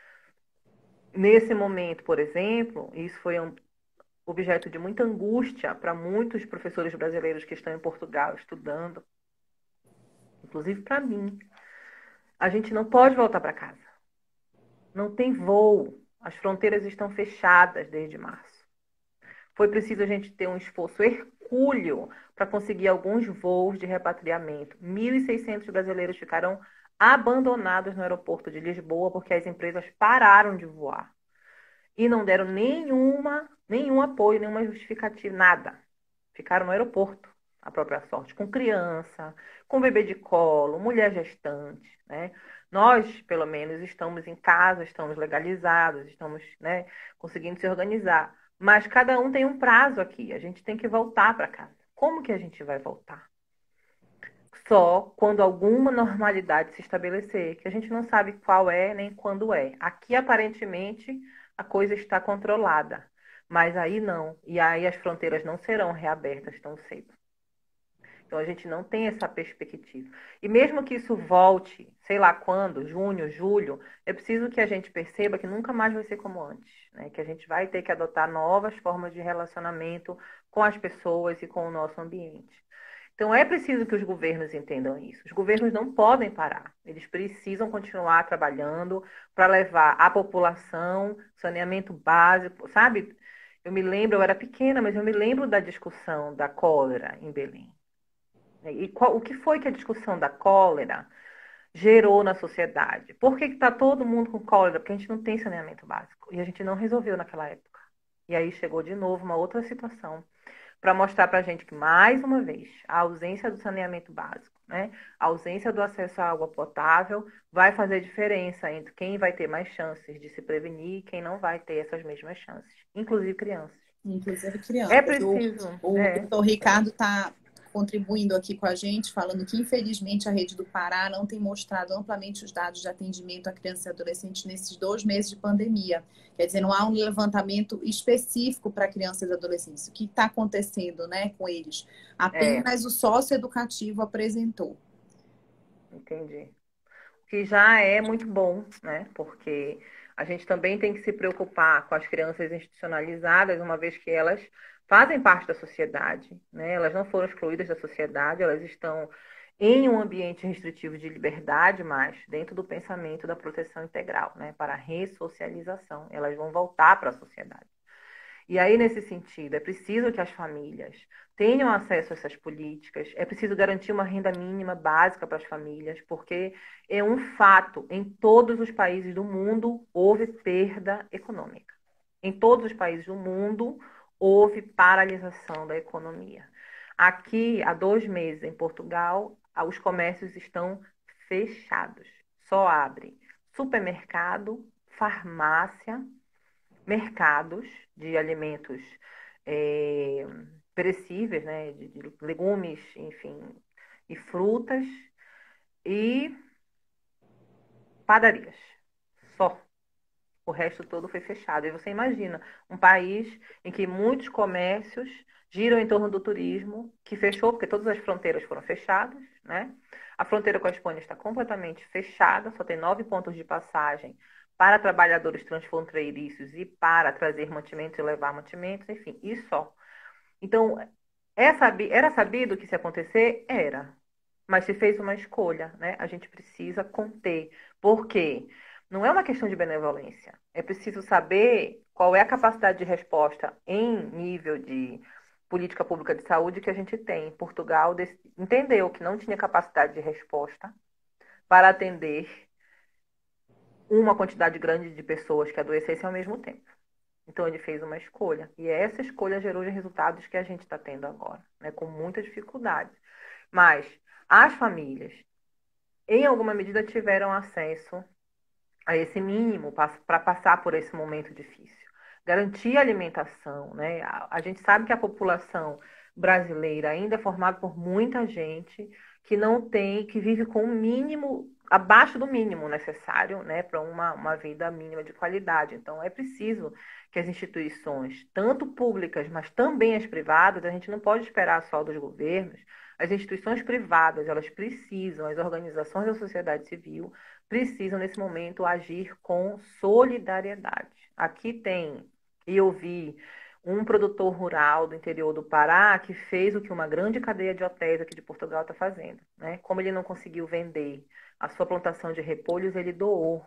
S2: Nesse momento, por exemplo, isso foi um objeto de muita angústia para muitos professores brasileiros que estão em Portugal estudando, inclusive para mim. A gente não pode voltar para casa. Não tem voo. As fronteiras estão fechadas desde março. Foi preciso a gente ter um esforço hercúleo para conseguir alguns voos de repatriamento. 1.600 brasileiros ficaram abandonados no aeroporto de Lisboa porque as empresas pararam de voar. E não deram nenhum apoio, nenhuma justificativa, nada. Ficaram no aeroporto, a própria sorte, com criança, com bebê de colo, mulher gestante, né? Nós, pelo menos, estamos em casa, estamos legalizados, estamos, né, conseguindo se organizar. Mas cada um tem um prazo aqui, a gente tem que voltar para casa. Como que a gente vai voltar? Só quando alguma normalidade se estabelecer, que a gente não sabe qual é nem quando é. Aqui, aparentemente, a coisa está controlada, mas aí não. E aí as fronteiras não serão reabertas tão cedo. Então a gente não tem essa perspectiva. E mesmo que isso volte, sei lá quando, junho, julho, é preciso que a gente perceba que nunca mais vai ser como antes, né? Que a gente vai ter que adotar novas formas de relacionamento com as pessoas e com o nosso ambiente. Então é preciso que os governos entendam isso. Os governos não podem parar. Eles precisam continuar trabalhando para levar à população saneamento básico, sabe? Eu me lembro, eu era pequena, mas eu me lembro da discussão da cólera em Belém. E o que foi que a discussão da cólera gerou na sociedade? Por que está todo mundo com cólera? Porque a gente não tem saneamento básico. E a gente não resolveu naquela época. E aí chegou de novo uma outra situação para mostrar para a gente que, mais uma vez, a ausência do saneamento básico, né? A ausência do acesso à água potável vai fazer diferença entre quem vai ter mais chances de se prevenir e quem não vai ter essas mesmas chances, inclusive crianças.
S1: Inclusive
S2: É
S1: crianças.
S2: preciso.
S1: O doutor Ricardo está contribuindo aqui com a gente, falando que, infelizmente, a Rede do Pará não tem mostrado amplamente os dados de atendimento a criança e adolescente nesses 2 meses de pandemia. Quer dizer, não há um levantamento específico para crianças e adolescentes. O que está acontecendo, né, com eles? Apenas o socioeducativo apresentou.
S2: Entendi. O que já é muito bom, né? Porque a gente também tem que se preocupar com as crianças institucionalizadas, uma vez que elas fazem parte da sociedade, né? Elas não foram excluídas da sociedade, elas estão em um ambiente restritivo de liberdade, mas dentro do pensamento da proteção integral, né? Para a ressocialização. Elas vão voltar para a sociedade. E aí, nesse sentido, é preciso que as famílias tenham acesso a essas políticas, é preciso garantir uma renda mínima básica para as famílias, porque é um fato, em todos os países do mundo houve perda econômica. Em todos os países do mundo houve paralisação da economia. Aqui, há 2 meses, em Portugal, os comércios estão fechados. só abre supermercado, farmácia, mercados de alimentos é, perecíveis, né, de legumes, enfim, e frutas e padarias. Só. O resto todo foi fechado. E você imagina um país em que muitos comércios giram em torno do turismo, que fechou porque todas as fronteiras foram fechadas, né? A fronteira com a Espanha está completamente fechada, só tem 9 pontos de passagem para trabalhadores transfronteiriços e para trazer mantimentos e levar mantimentos, enfim, e só. Então, era sabido que isso ia acontecer? Era. Mas se fez uma escolha, né? A gente precisa conter. Por quê? Não é uma questão de benevolência. É preciso saber qual é a capacidade de resposta em nível de política pública de saúde que a gente tem. Portugal entendeu que não tinha capacidade de resposta para atender uma quantidade grande de pessoas que adoecessem ao mesmo tempo. Então ele fez uma escolha. E essa escolha gerou os resultados que a gente está tendo agora, né? Com muitas dificuldades. Mas as famílias, em alguma medida, tiveram acesso a esse mínimo para passar por esse momento difícil. Garantir a alimentação, né? A gente sabe que a população brasileira ainda é formada por muita gente que não tem, que vive com o mínimo, abaixo do mínimo necessário, né, para uma vida mínima de qualidade. Então, é preciso que as instituições, tanto públicas, mas também as privadas, a gente não pode esperar só dos governos, as instituições privadas, elas precisam, as organizações da sociedade civil, precisam, nesse momento, agir com solidariedade. Aqui tem, e eu vi um produtor rural do interior do Pará que fez o que uma grande cadeia de hotéis aqui de Portugal está fazendo, né? Como ele não conseguiu vender a sua plantação de repolhos, ele doou.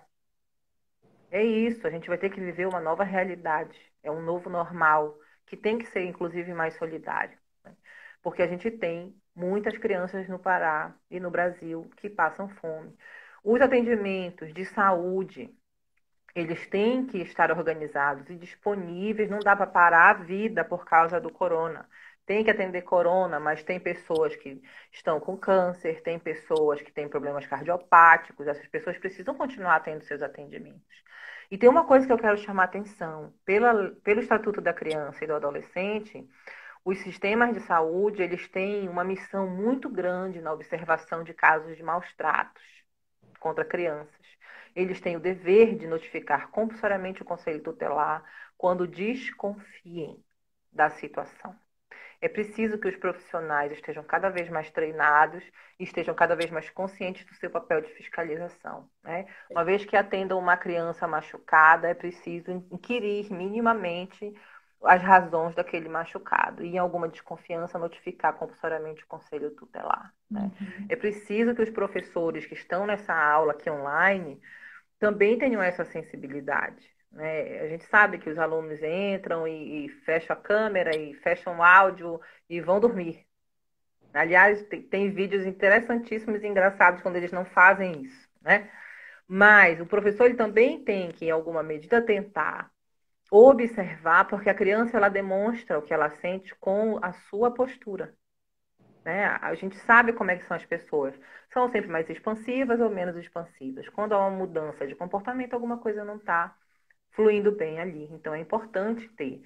S2: É isso, a gente vai ter que viver uma nova realidade, é um novo normal, que tem que ser, inclusive, mais solidário, né? Porque a gente tem muitas crianças no Pará e no Brasil que passam fome. Os atendimentos de saúde, eles têm que estar organizados e disponíveis, não dá para parar a vida por causa do corona. Tem que atender corona, mas tem pessoas que estão com câncer, tem pessoas que têm problemas cardiopáticos, essas pessoas precisam continuar tendo seus atendimentos. E tem uma coisa que eu quero chamar a atenção, pelo Estatuto da Criança e do Adolescente, os sistemas de saúde, eles têm uma missão muito grande na observação de casos de maus tratos contra crianças. Eles têm o dever de notificar compulsoriamente o Conselho Tutelar quando desconfiem da situação. É preciso que os profissionais estejam cada vez mais treinados e estejam cada vez mais conscientes do seu papel de fiscalização, né? Uma vez que atendam uma criança machucada, é preciso inquirir minimamente as razões daquele machucado e, em alguma desconfiança, notificar compulsoriamente o Conselho Tutelar, né? É preciso que os professores que estão nessa aula aqui online também tenham essa sensibilidade, né? A gente sabe que os alunos entram e fecham a câmera e fecham o áudio e vão dormir. Aliás, tem vídeos interessantíssimos e engraçados quando eles não fazem isso, né? Mas o professor ele também tem que, em alguma medida, tentar observar, porque a criança ela demonstra o que ela sente com a sua postura, né? A gente sabe como é que são as pessoas. São sempre mais expansivas ou menos expansivas. Quando há uma mudança de comportamento, alguma coisa não está fluindo bem ali. Então, é importante ter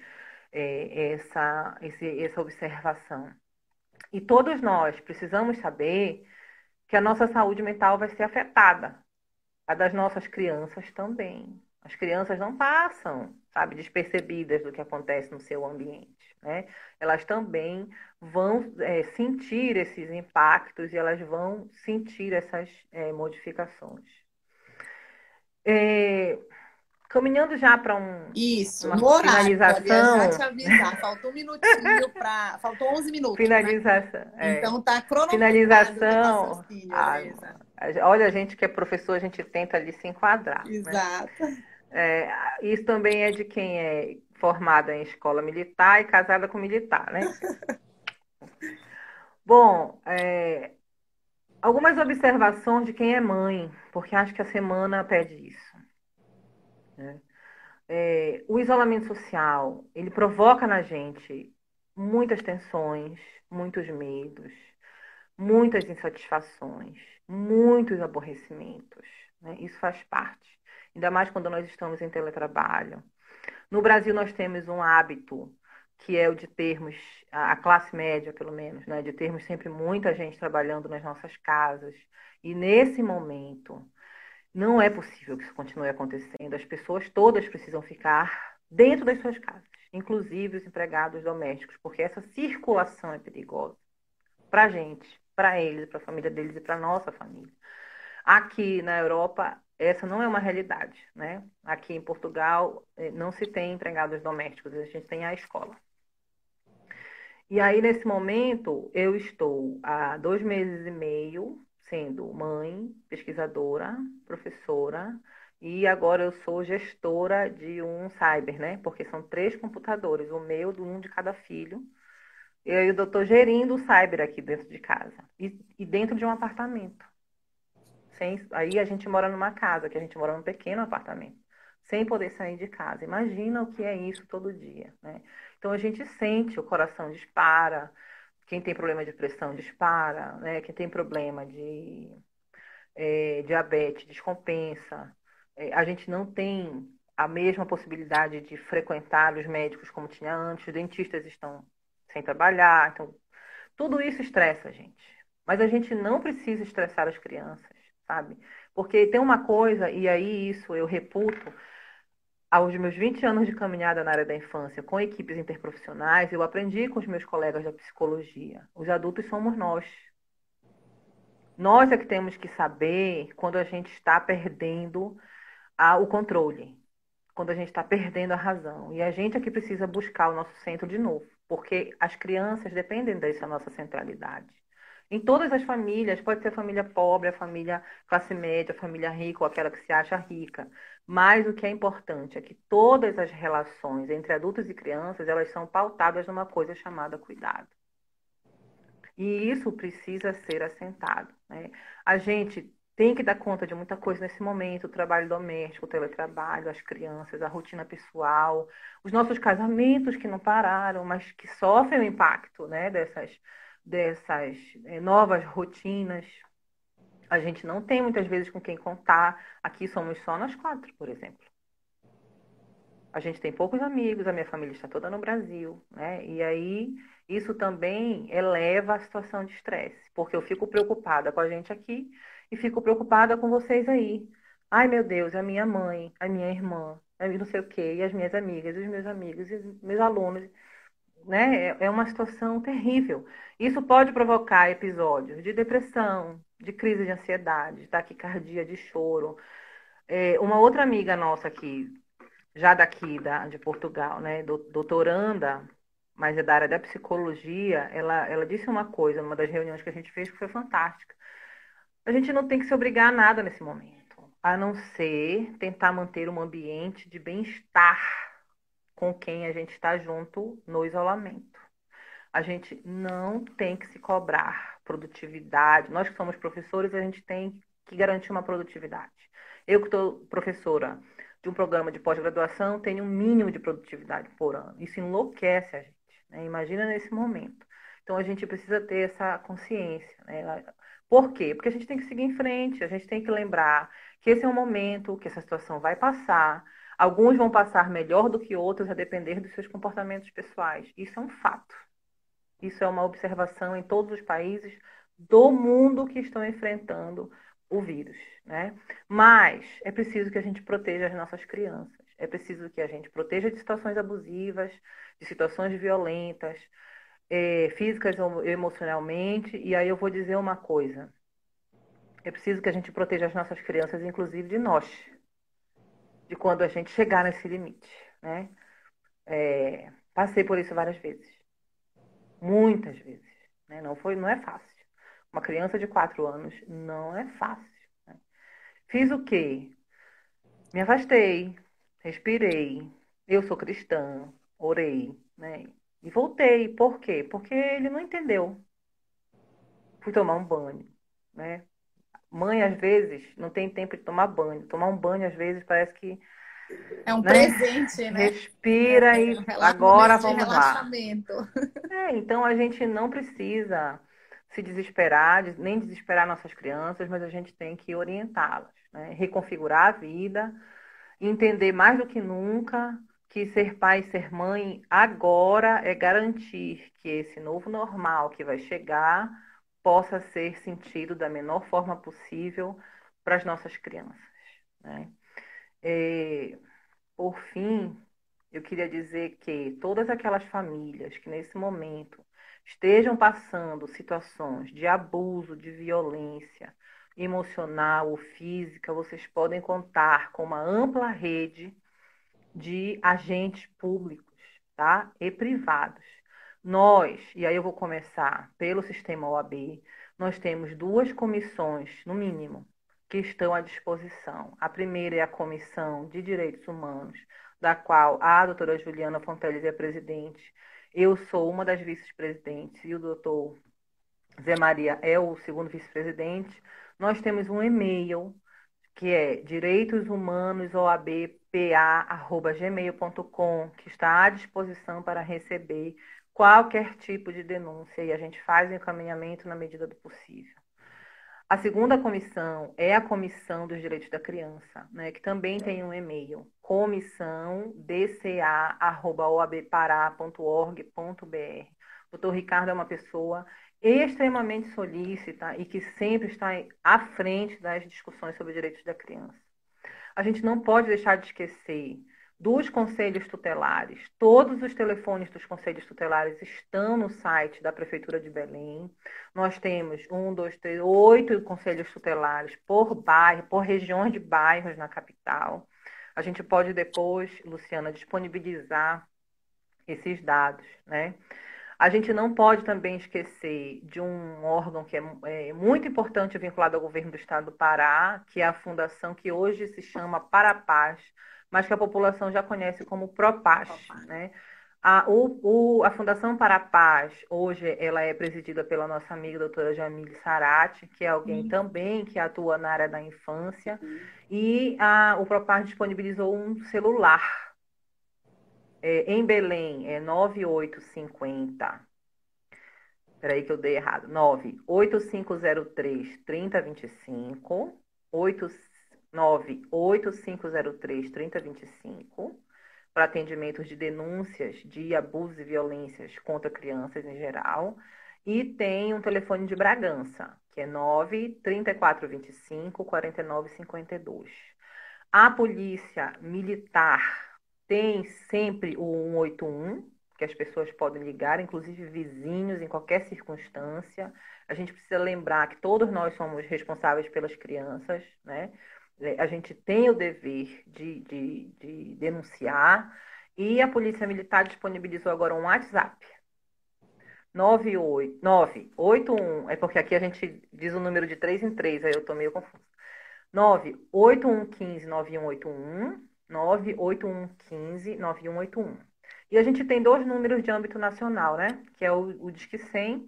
S2: essa observação. E todos nós precisamos saber que a nossa saúde mental vai ser afetada. A das nossas crianças também. As crianças não passam, sabe, despercebidas do que acontece no seu ambiente, né? Elas também vão sentir esses impactos e elas vão sentir essas modificações. Caminhando já para
S1: Isso,
S2: uma
S1: no horário, queria já te
S2: finalização.
S1: avisar. Faltou um minutinho para. Faltou 11 minutos, né?
S2: Finalização.
S1: Então tá cronometrado o teu
S2: Finalização.
S1: raciocínio, Elisa.
S2: Olha, a gente que é professor, a gente tenta ali se enquadrar, né?
S1: Exato.
S2: Isso também é de quem é formada em escola militar e casada com militar, né? Bom, algumas observações de quem é mãe, porque acho que a semana pede isso, né? O isolamento social, ele provoca na gente muitas tensões, muitos medos, muitas insatisfações, muitos aborrecimentos, né? Isso faz parte. Ainda mais quando nós estamos em teletrabalho. No Brasil, nós temos um hábito que é o de termos, a classe média, pelo menos, né? De termos sempre muita gente trabalhando nas nossas casas. E nesse momento, não é possível que isso continue acontecendo. As pessoas todas precisam ficar dentro das suas casas, inclusive os empregados domésticos, porque essa circulação é perigosa para a gente, para eles, para a família deles e para a nossa família. Aqui na Europa, essa não é uma realidade, né? Aqui em Portugal, não se tem empregados domésticos, a gente tem a escola. E aí, nesse momento, eu estou há 2 meses e meio sendo mãe, pesquisadora, professora, e agora eu sou gestora de um cyber, né? Porque são 3 computadores, o meu, um de cada filho. Eu ainda estou gerindo o cyber aqui dentro de casa e dentro de um apartamento. Aí a gente mora numa casa, que a gente mora num pequeno apartamento, sem poder sair de casa. Imagina o que é isso todo dia, né? Então a gente sente, o coração dispara, quem tem problema de pressão dispara, né? Quem tem problema de diabetes descompensa. A gente não tem a mesma possibilidade de frequentar os médicos como tinha antes, os dentistas estão sem trabalhar, então tudo isso estressa a gente. Mas a gente não precisa estressar as crianças, sabe? Porque tem uma coisa, e aí isso eu reputo, aos meus 20 anos de caminhada na área da infância, com equipes interprofissionais, eu aprendi com os meus colegas da psicologia. Os adultos somos nós. Nós é que temos que saber quando a gente está perdendo o controle, quando a gente está perdendo a razão. E a gente é que precisa buscar o nosso centro de novo, porque as crianças dependem dessa nossa centralidade. Em todas as famílias, pode ser a família pobre, a família classe média, a família rica ou aquela que se acha rica. Mas o que é importante é que todas as relações entre adultos e crianças, elas são pautadas numa coisa chamada cuidado. E isso precisa ser assentado, né? A gente tem que dar conta de muita coisa nesse momento, o trabalho doméstico, o teletrabalho, as crianças, a rotina pessoal, os nossos casamentos que não pararam, mas que sofrem o impacto, né, dessas novas rotinas. A gente não tem muitas vezes com quem contar. Aqui somos só nós 4, por exemplo. A gente tem poucos amigos, a minha família está toda no Brasil, né? E aí isso também eleva a situação de estresse, porque eu fico preocupada com a gente aqui e fico preocupada com vocês aí. Ai, meu Deus, a minha mãe, a minha irmã, não sei o quê, e as minhas amigas, os meus amigos, e os meus alunos, né? É uma situação terrível. Isso pode provocar episódios de depressão, de crise de ansiedade, de taquicardia, de choro. Uma outra amiga nossa aqui, já daqui de Portugal, né, doutoranda, mas é da área da psicologia, ela disse uma coisa numa das reuniões que a gente fez que foi fantástica. A gente não tem que se obrigar a nada nesse momento, a não ser tentar manter um ambiente de bem-estar com quem a gente está junto no isolamento. A gente não tem que se cobrar produtividade. Nós que somos professores, a gente tem que garantir uma produtividade. Eu que estou professora de um programa de pós-graduação, tenho um mínimo de produtividade por ano. Isso enlouquece a gente, né? Imagina nesse momento. Então, a gente precisa ter essa consciência, né? Por quê? Porque a gente tem que seguir em frente, a gente tem que lembrar que esse é um momento, que essa situação vai passar. Alguns vão passar melhor do que outros, a depender dos seus comportamentos pessoais. Isso é um fato. Isso é uma observação em todos os países do mundo que estão enfrentando o vírus, né? Mas é preciso que a gente proteja as nossas crianças. É preciso que a gente proteja de situações abusivas, de situações violentas, físicas ou emocionalmente. E aí eu vou dizer uma coisa. É preciso que a gente proteja as nossas crianças, inclusive de nós, de quando a gente chegar nesse limite, né? Passei por isso várias vezes. Muitas vezes, né? Não é fácil. Uma criança de 4 anos não é fácil, né? Fiz o quê? Me afastei, respirei. Eu sou cristã, orei, né? E voltei. Por quê? Porque ele não entendeu. Fui tomar um banho, né? Mãe, às vezes, não tem tempo de tomar banho. Tomar um banho, às vezes, parece que,
S1: É um
S2: né?
S1: presente, né?
S2: Respira
S1: É
S2: e
S1: um
S2: agora
S1: momento de
S2: vamos lá.
S1: relaxamento.
S2: Então a gente não precisa se desesperar, nem desesperar nossas crianças, mas a gente tem que orientá-las, né? Reconfigurar a vida, entender mais do que nunca que ser pai e ser mãe agora é garantir que esse novo normal que vai chegar possa ser sentido da menor forma possível para as nossas crianças, né? Por fim, eu queria dizer que todas aquelas famílias que nesse momento estejam passando situações de abuso, de violência emocional ou física, vocês podem contar com uma ampla rede de agentes públicos, tá? E privados. Nós, e aí eu vou começar pelo sistema OAB, nós temos duas comissões, no mínimo, que estão à disposição. A primeira é a Comissão de Direitos Humanos, da qual a doutora Juliana Fonteles é presidente. Eu sou uma das vice-presidentes e o doutor Zé Maria é o segundo vice-presidente. Nós temos um e-mail que é direitoshumanosoabpa@gmail.com, que está à disposição para receber qualquer tipo de denúncia e a gente faz o encaminhamento na medida do possível. A segunda comissão é a Comissão dos Direitos da Criança, né, que também tem um e-mail, comissãodca@oabpará.org.br. O doutor Ricardo é uma pessoa extremamente solícita e que sempre está à frente das discussões sobre direitos da criança. A gente não pode deixar de esquecer dos conselhos tutelares. Todos os telefones dos conselhos tutelares estão no site da Prefeitura de Belém. Nós temos 8 conselhos tutelares por bairro, por regiões de bairros na capital. A gente pode depois, Luciana, disponibilizar esses dados, né? A gente não pode também esquecer de um órgão que é muito importante vinculado ao governo do estado do Pará, que é a fundação que hoje se chama Parapaz, mas que a população já conhece como Propaz, né? A Fundação Parapaz, hoje, ela é presidida pela nossa amiga doutora Jamile Sarati, que é alguém também que atua na área da infância, e o Propaz disponibilizou um celular. Em Belém é 9850. Espera aí que eu dei errado. 98503-3025. 98503-3025. Para atendimentos de denúncias de abusos e violências contra crianças em geral. E tem um telefone de Bragança, que é 93425-4952. A Polícia Militar tem sempre o 181, que as pessoas podem ligar, inclusive vizinhos, em qualquer circunstância. A gente precisa lembrar que todos nós somos responsáveis pelas crianças, né? A gente tem o dever de denunciar. E a Polícia Militar disponibilizou agora um WhatsApp. 981, é porque aqui a gente diz o número de 3 em 3, aí eu estou meio confusa. 98115-9181, 98115-9181. E a gente tem dois números de âmbito nacional, né? Que é o Disque 100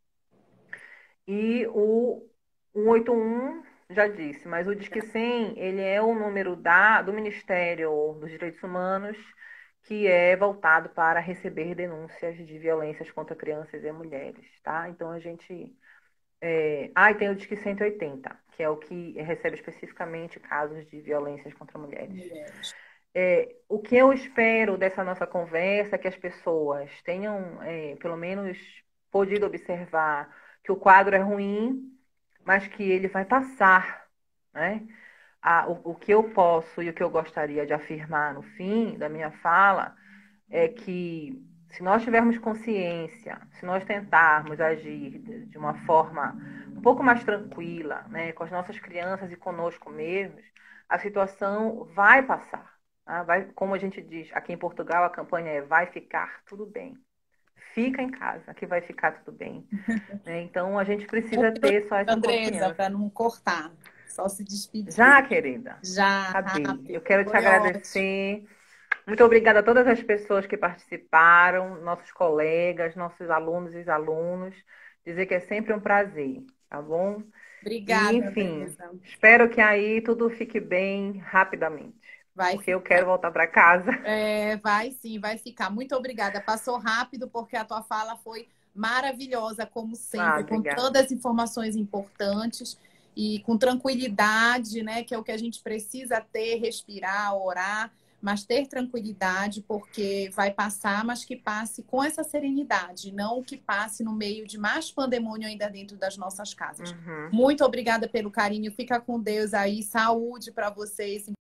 S2: e o 181, já disse. Mas o Disque 100, ele é o número do Ministério dos Direitos Humanos, que é voltado para receber denúncias de violências contra crianças e mulheres, tá? Então, a gente... e tem o Disque 180, que é o que recebe especificamente casos de violências contra mulheres. O que eu espero dessa nossa conversa é que as pessoas tenham, pelo menos, podido observar que o quadro é ruim, mas que ele vai passar, né? O que eu posso e o que eu gostaria de afirmar no fim da minha fala é que se nós tivermos consciência, se nós tentarmos agir de uma forma um pouco mais tranquila, né, com as nossas crianças e conosco mesmos, a situação vai passar. Tá? Como a gente diz, aqui em Portugal a campanha é vai ficar tudo bem. Fica em casa, que vai ficar tudo bem. Né? Então a gente precisa ter só essa confiança.
S1: Para não cortar, só se despedir.
S2: Já, querida.
S1: Já,
S2: rápido. Eu quero te agradecer. Ótimo. Muito obrigada a todas as pessoas que participaram, nossos colegas, nossos alunos e alunos. Dizer que é sempre um prazer, tá bom?
S1: Obrigada,
S2: e, enfim, espero que aí tudo fique bem rapidamente. Porque eu quero voltar para casa.
S1: Vai sim, vai ficar. Muito obrigada. Passou rápido porque a tua fala foi maravilhosa, como sempre, com todas as informações importantes. e com tranquilidade, né? Que é o que a gente precisa ter, respirar, orar, mas ter tranquilidade, porque vai passar, mas que passe com essa serenidade, não que passe no meio de mais pandemônio ainda dentro das nossas casas.
S2: Uhum.
S1: Muito obrigada pelo carinho, fica com Deus aí, saúde para vocês.